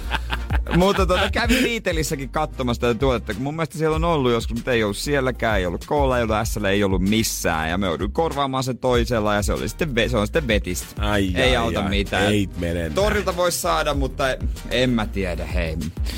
Mutta tuota, kävin Lidlissäkin katsomassa tätä tuotetta, kun mun mielestä siellä on ollut joskus, mutta ei ollut sielläkään, ei ollut Koolla, ei ollut S:llä, ei ollut missään. Ja me joudun korvaamaan sen toisella ja se, oli sitten, se on sitten vetistä. Ai, ei ai, auta ai, mitään. Ei mene. Torilta voisi saada, mutta en mä tiedä, hei.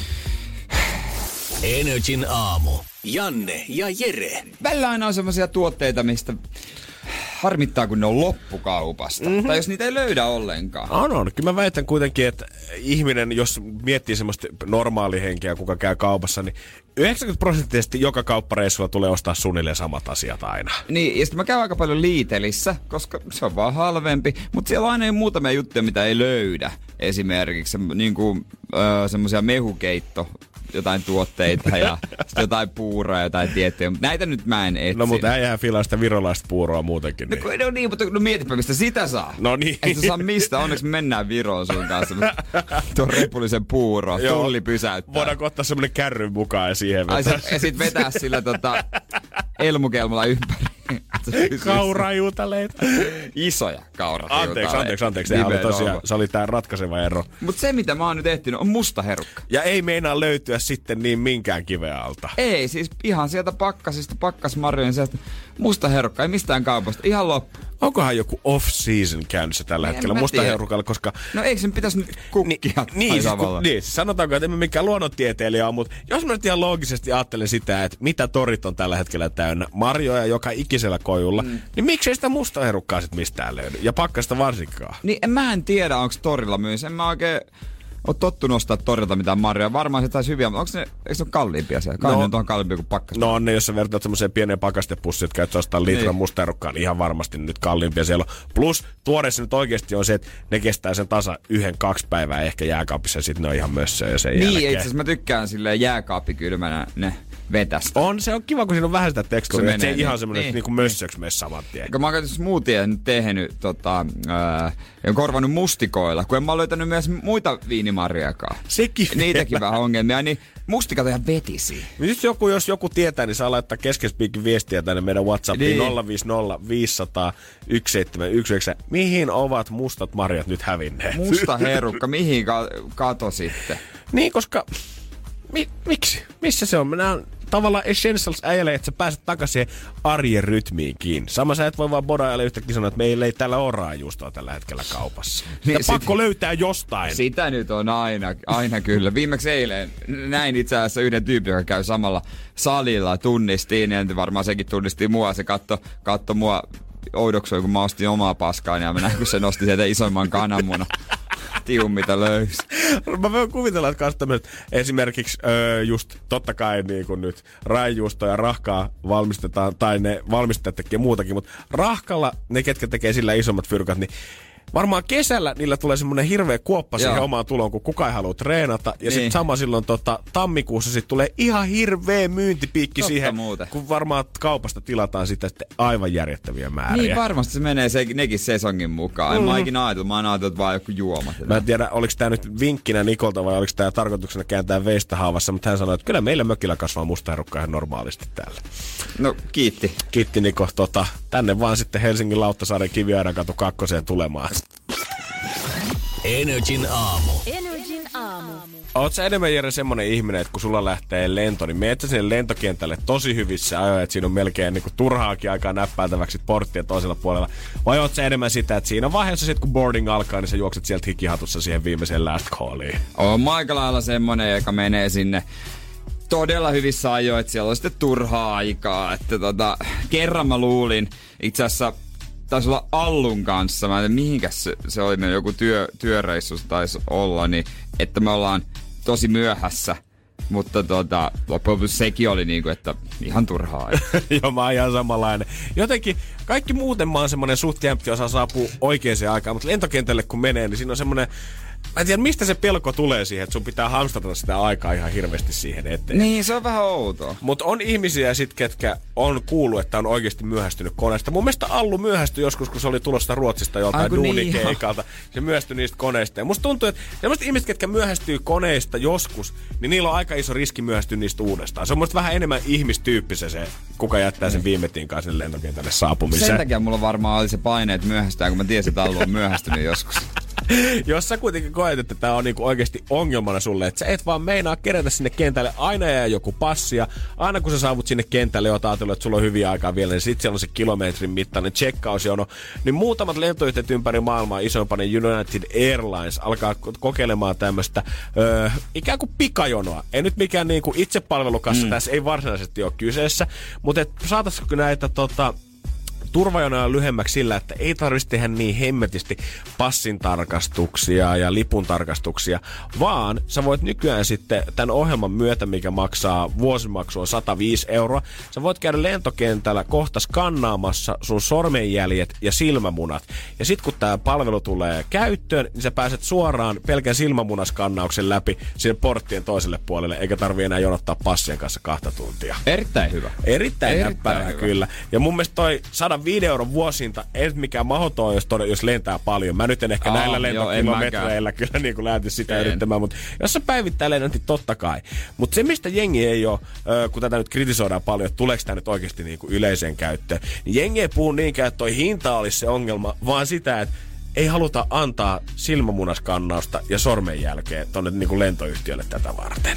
Energin aamu. Janne ja Jere. Välillä aina on semmosia tuotteita, mistä harmittaa, kun ne on loppukaupasta. Mm-hmm. Tai jos niitä ei löydä ollenkaan. On, on. Kyllä mä väitän kuitenkin, että ihminen, jos miettii semmoista normaalihenkeä, kuka käy kaupassa, niin yhdeksänkymmentä prosenttisesti joka kauppareissulla tulee ostaa suunnilleen samat asiat aina. Niin, ja sitten mä käyn aika paljon Lidlissä, koska se on vaan halvempi. Mutta siellä on aina muutamia juttuja, mitä ei löydä. Esimerkiksi niin kuin, öö, semmosia mehukeitto jotain tuotteita ja sitten jotain puuroa ja jotain tiettyjä, mutta näitä nyt mä en etsi. No mutta äijähän filaa sitä virolaista puuroa muutenkin. Niin. No, no niin, mutta no mietipä, mistä sitä saa. No niin. Et sä saa mistä, onneksi mennään Viroon sun kanssa. Tuon repullisen puuro, tulli pysäyttää. Voidaanko ottaa semmonen kärry mukaan ja siihen vetää. Ai, ja sit vetää sillä tota elmukelmulla ympäri. Kaurajuutaleita. Isoja kaurajuutaleita. Anteeksi, anteeksi, anteeksi. Sehän oli tosiaan, se oli tää ratkaiseva ero. Mut se mitä mä oon nyt ehtinyt on musta herukka. Ja ei meinaa löytyä sitten niin minkään kiveä alta. Ei, siis ihan sieltä pakkasista, pakkasmarjojen sieltä musta herukka, ei mistään kaupasta, ihan loppu. Onkohan joku off-season käynnissä tällä en hetkellä musta herukalla, koska... No eikö sen pitäisi nyt kukkia? Ni, niin, siis, ku, niin, sanotaanko, että emme mikään luonnontieteilijä on, mutta jos mä nyt ihan loogisesti ajattelen sitä, että mitä torit on tällä hetkellä täynnä marjoja joka ikisellä kojulla, mm. niin miksei sitä musta herukkaa sit mistään löydy? Ja pakkasta varsinkaan. Niin mä en tiedä, onko torilla myys. En mä oikein... Oot tottunut ostaa torilta mitään marjoja. Varmaan se taisi hyviä, mutta onko ne, eikö ne ole kalliimpia siellä? Kai no, ne on kalliimpia kuin pakkaste. No on ne, jos sä vertaat semmoiseen pieneen pakastepussiin, että käyt ostaa litran niin. musta herukkaa, niin ihan varmasti nyt kalliimpia siellä on. Plus tuoreessa nyt oikeasti on se, että ne kestää sen tasa yhden, kaksi päivää ehkä jääkaapissa ja sitten ne on ihan mössöä jo sen niin, jälkeen. Niin, itse asiassa mä tykkään silleen jääkaappikylmänä ne vetästä. On, se on kiva, kun siinä on vähän sitä teksturia, se, se ei niin, ihan semmoinen, niin, että niin mössöksi mene saman tien. Kun mä oon käynyt smoothie nyt tehnyt, tota, ää, ja korvannut mustikoilla, kun en mä oon löytänyt myös muita viinimarjakaan. Sekin niitäkin vähän ongelmia, niin mustikat on ihan vetisiä. Nyt joku, jos joku tietää, niin saa laittaa keskespiikin viestiä tänne meidän WhatsAppiin niin. nolla viisi nolla viisi nolla nolla yksi seitsemän yksi yhdeksän. Mihin ovat mustat marjat nyt hävinneet? Musta herukka, mihin ka- katositte? Niin, koska... Mi- miksi? Missä se on? Minä on tavallaan essentials äijälle, että sä pääset takaisin arjen rytmiin kiinni. Sama sä et voi vaan bodaajalle yhtäkkiä sanoa, että meillä ei täällä ole raajuustoa tällä hetkellä kaupassa. Niin, sit, pakko löytää jostain. Sitä nyt on aina, aina kyllä. Viimeksi eilen näin itse asiassa yhden tyypin, joka käy samalla salilla, tunnistiin, ja varmaan sekin tunnisti mua. Se katto, katto mua oudoksoi, kun mä ostin omaa paskaa, ja mä näin, kun se nosti sieltä isoimman kananmunan. Tiun, mitä löysi. Mä voin kuvitella, että tämmöset, esimerkiksi öö, just totta kai niin kuin nyt raijuustoa ja rahkaa valmistetaan, tai ne valmistajat tekee muutakin, mutta rahkalla ne, ketkä tekee sillä isommat fyrkat, niin varmaan kesällä niillä tulee semmoinen hirveä kuoppa siihen omaan tuloon, kun kukaan ei halua treenata. Ja niin. Sitten sama silloin tota, tammikuussa sit tulee ihan hirveä myyntipiikki totta siihen, muuten. Kun varmaan kaupasta tilataan sitä sitten aivan järjettäviä määriä. Niin varmasti se menee se, nekin sesongin mukaan. Mm. En mä ikinä ajatellut, mä oon ajatellut vaan joku juomat. Mä en tiedä, oliko tää nyt vinkkinä Nikolta vai oliko tää tarkoituksena kääntää veistä haavassa, mutta hän sanoi, että kyllä meillä mökillä kasvaa musta herukka ihan normaalisti täällä. No kiitti. Kiitti Niko. Tota, tänne vaan sitten Helsingin Lauttasaaren Kiviaidankatu kakkoseen tulemaan. Energin aamu. Energin aamu. Oot sä enemmän, Jere, semmonen ihminen, että kun sulla lähtee lento, niin meet sä sinne lentokentälle tosi hyvissä ajoin, että siinä on melkein niin kuin turhaakin aikaa näppäiltäväksi porttia toisella puolella? Vai oot sä enemmän sitä, että siinä vaiheessa sit kun boarding alkaa, niin sä juokset sieltä hikihatussa siihen viimeiseen last calliin? Oon mä aika lailla semmonen, joka menee sinne todella hyvissä ajoin, että siellä on sitten turhaa aikaa. Että tota, kerran mä luulin itse asiassa, taisi olla Allun kanssa, mä en tiedä mihinkäs se, se oli, meillä joku työ, työreissu taisi olla, niin että me ollaan tosi myöhässä, mutta tota, loppujen lopuksi sekin oli niinku, että ihan turhaa. Joo, mä oon ihan samanlainen. Jotenkin kaikki muuten mä oon semmonen suht jämpti, osaa saapua oikeaan aikaan, mutta lentokentälle kun menee, niin siinä on semmonen... Mä en tiedä, mistä se pelko tulee siihen, että sun pitää hamstrata sitä aikaa ihan hirveästi siihen eteen. Niin, se on vähän outoa. Mutta on ihmisiä sit, ketkä on kuullut, että on oikeasti myöhästynyt koneesta. Mun mielestä Allu myöhästyi joskus, kun se oli tulossa Ruotsista joltain duunikeikalta. Niin, se myöhästyi niistä koneista. Ja musta tuntuu, että sellaiset ihmiset, ketkä myöhästyy koneista joskus, niin niillä on aika iso riski myöhästyä niistä uudestaan. Se on musta vähän enemmän ihmistyyppisen se, kuka jättää sen viime tinkaan sen lentokentälle saapumiseen. Sen takia mulla varmaan oli se paine, että myöhästään, kun mä tiesin, että Allu on myöhästynyt joskus. Jos sä kuitenkin koet, että tää on niinku oikeesti ongelmana sulle, että sä et vaan meinaa kerätä sinne kentälle, aina jää joku passi, ja aina kun sä saavut sinne kentälle, oot ajatellut, että sulla on hyviä aikaa vielä, niin sit siellä on se kilometrin mittainen checkkausjono, niin muutamat lentoyhtiöt ympäri maailmaa, isompana United Airlines, alkaa kokeilemaan tämmöstä öö, ikään kuin pikajonoa. Ei nyt mikään niinku itsepalvelukassa, mm. tässä ei varsinaisesti ole kyseessä, mutta et saataisiko näitä tota... turvajonoja lyhemmäksi sillä, että ei tarvitsisi tehdä niin hemmetisti passin tarkastuksia ja lipun tarkastuksia, vaan sä voit nykyään sitten tämän ohjelman myötä, mikä maksaa vuosimaksua sata viisi euroa, sä voit käydä lentokentällä kohta skannaamassa sun sormenjäljet ja silmämunat. Ja sit kun tää palvelu tulee käyttöön, niin sä pääset suoraan pelkän silmämunaskannauksen läpi sinne porttien toiselle puolelle, eikä tarvii enää jonottaa passien kanssa kahta tuntia. Erittäin hyvä. Erittäin, Erittäin näppärää, hyvä. Kyllä. Ja mun mielestä toi sata viisi euron vuosinta ei mikään mahdoton, jos, jos lentää paljon. Mä nyt en ehkä Aa, näillä lentokilometreillä kyllä niin kuin lähti sitä en. yrittämään, mutta jos sä päivittää lennät, niin totta kai. Mutta se, mistä jengi ei ole, kun tätä nyt kritisoidaan paljon, että tuleeko tämä nyt oikeasti niin kuin yleiseen käyttöön, niin jengi ei puhu niinkään, että toi hinta olisi se ongelma, vaan sitä, että ei haluta antaa silmämunaskannausta ja sormenjälkeä tonne niin kuin lentoyhtiölle tätä varten.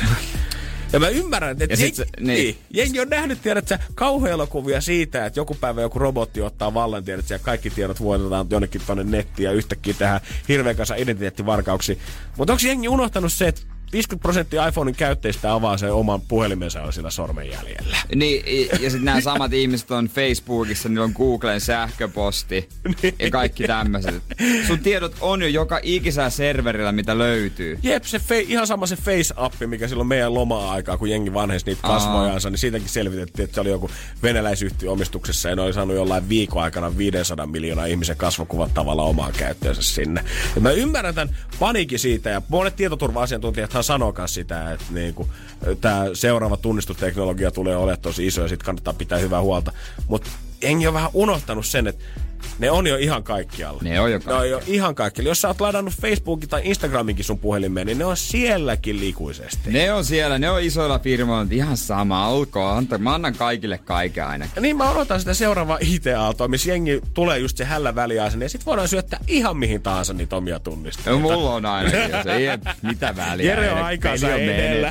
Ja mä ymmärrän, että jengi, se, niin. jengi on nähnyt, tiedätkö, kauhuelokuvia siitä, että joku päivä joku robotti ottaa vallan, tiedätkö, ja kaikki tiedot vuotetaan jonnekin tonne nettiin ja yhtäkkiä tähän hirveän kanssa identiteettivarkauksiin. Mutta onko jengi unohtanut se, että viisikymmentä prosenttia iPhonein käyttäjistä avaa sen oman puhelimensa sillä sormenjäljellä. Niin, ja sitten nämä samat ihmiset on Facebookissa, niillä on Googlen sähköposti niin. ja kaikki tämmöiset. Sun tiedot on jo joka ikisellä serverillä, mitä löytyy. Jep, se fe, ihan sama se Face-appi, mikä silloin meidän loma-aikaa, kun jengi vanhesi niitä kasvojansa, niin siitäkin selvitettiin, että se oli joku venäläisyhtiö omistuksessa ja ne oli saanut jollain viikon aikana viisisataa miljoonaa ihmisen kasvokuvat tavallaan omaan käyttöönsä sinne. Ja mä ymmärrän tämän paniikin siitä ja monet tietoturva-asiantuntijat Microsofthan sanoo myös sitä, että niinku, tämä seuraava tunnistusteknologia tulee olemaan tosi iso ja sit kannattaa pitää hyvää huolta. Mutta jengi on vähän unohtanut sen, että ne on jo ihan kaikkialla. Ne on jo kaikkialla. Ne on jo ihan kaikkialla. Jos sä oot ladannut Facebookin tai Instagraminkin sun puhelimeen, niin ne on sielläkin likuisesti. Ne on siellä, ne on isoilla firmoilla, ihan sama, olkoon. Anta, mä annan kaikille kaiken aina. Ja niin mä odotan sitä seuraavaa I T-aaltoa, missä jengi tulee just se hällä väliaisen, ja sit voidaan syöttää ihan mihin tahansa niitä omia tunnisteita. No, mulla on ainakin, se ei mitä väliä. Jere on aikaansa edellä.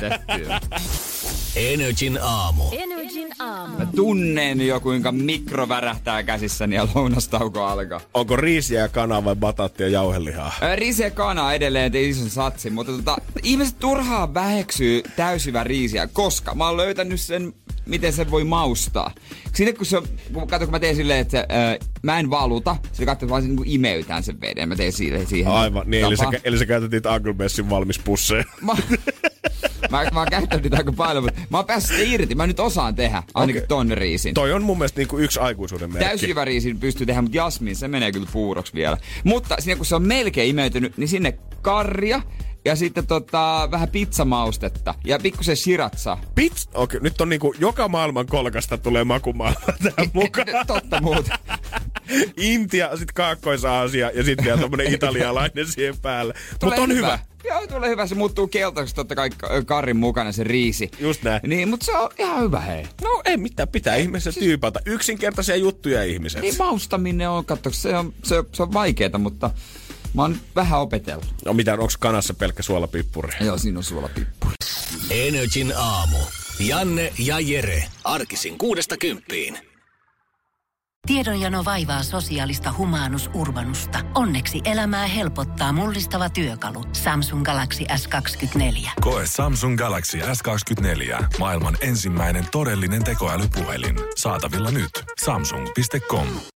Energin aamu. Energin aamu. Mä tunnen jo, kuinka mikro värähtää käsissäni ja lounastauko alkaa. Onko riisiä ja kanaa vai bataattia ja jauhelihaa? Riisi ja kana edelleen ison satsin, mutta tota, ihmiset turhaan väheksyy täysivä riisiä, koska mä oon löytänyt sen, miten se voi maustaa. Sinne kun se, kun, kato, kun mä teen silleen, että äh, mä en valuta, se katsoo vaan niin kuin imeytään sen veden, mä teen siihen. siihen Aivan, niin eli sä, tapaan. eli sä käytät niitä Uncle Bessin valmis pusseja. Mä, mä, mä oon käyttänyt niitä aika paljon, mutta mä oon päässyt irti. Mä nyt osaan tehdä ainakin okay. ton riisin. Toi on mun mielestä niinku yksi aikuisuuden merkki. Täysjyvä riisin pystyy tehdä, mutta jasmin, se menee kyllä puuroksi vielä. Mutta sinne kun se on melkein imeytynyt, niin sinne karja ja sitten tota, vähän pizzamaustetta ja pikkusen shiratsa. Pizza? Okei, okay, nyt on niinku joka maailman kolkasta tulee makumaailma tähän mukaan. Totta muuta. Intia, sit Kaakkois-Aasia ja sitten vielä tommonen italialainen siihen päälle. Mutta on hyvä. hyvä. Joo, tulee hyvä. Se muuttuu keltaiseksi totta kai karrin mukana se riisi. Just näin. Niin, mutta se on ihan hyvä, hei. No ei mitään, pitää ihmisen siis tyypata. Yksinkertaisia juttuja ihmiset. Niin maustaminen on, katso, se on, se, se on vaikeeta, mutta mä oon nyt vähän opetellut. No mitä, onks kanassa pelkkä suolapippuri? Joo, siinä on suolapippuri. Energin aamu. Janne ja Jere. Arkisin kuudesta kymppiin. Tiedonjano vaivaa sosiaalista humanus urbanusta. Onneksi elämää helpottaa mullistava työkalu. Samsung Galaxy S kaksikymmentäneljä. Koe Samsung Galaxy S kaksikymmentäneljä. Maailman ensimmäinen todellinen tekoälypuhelin. Saatavilla nyt. Samsung piste com.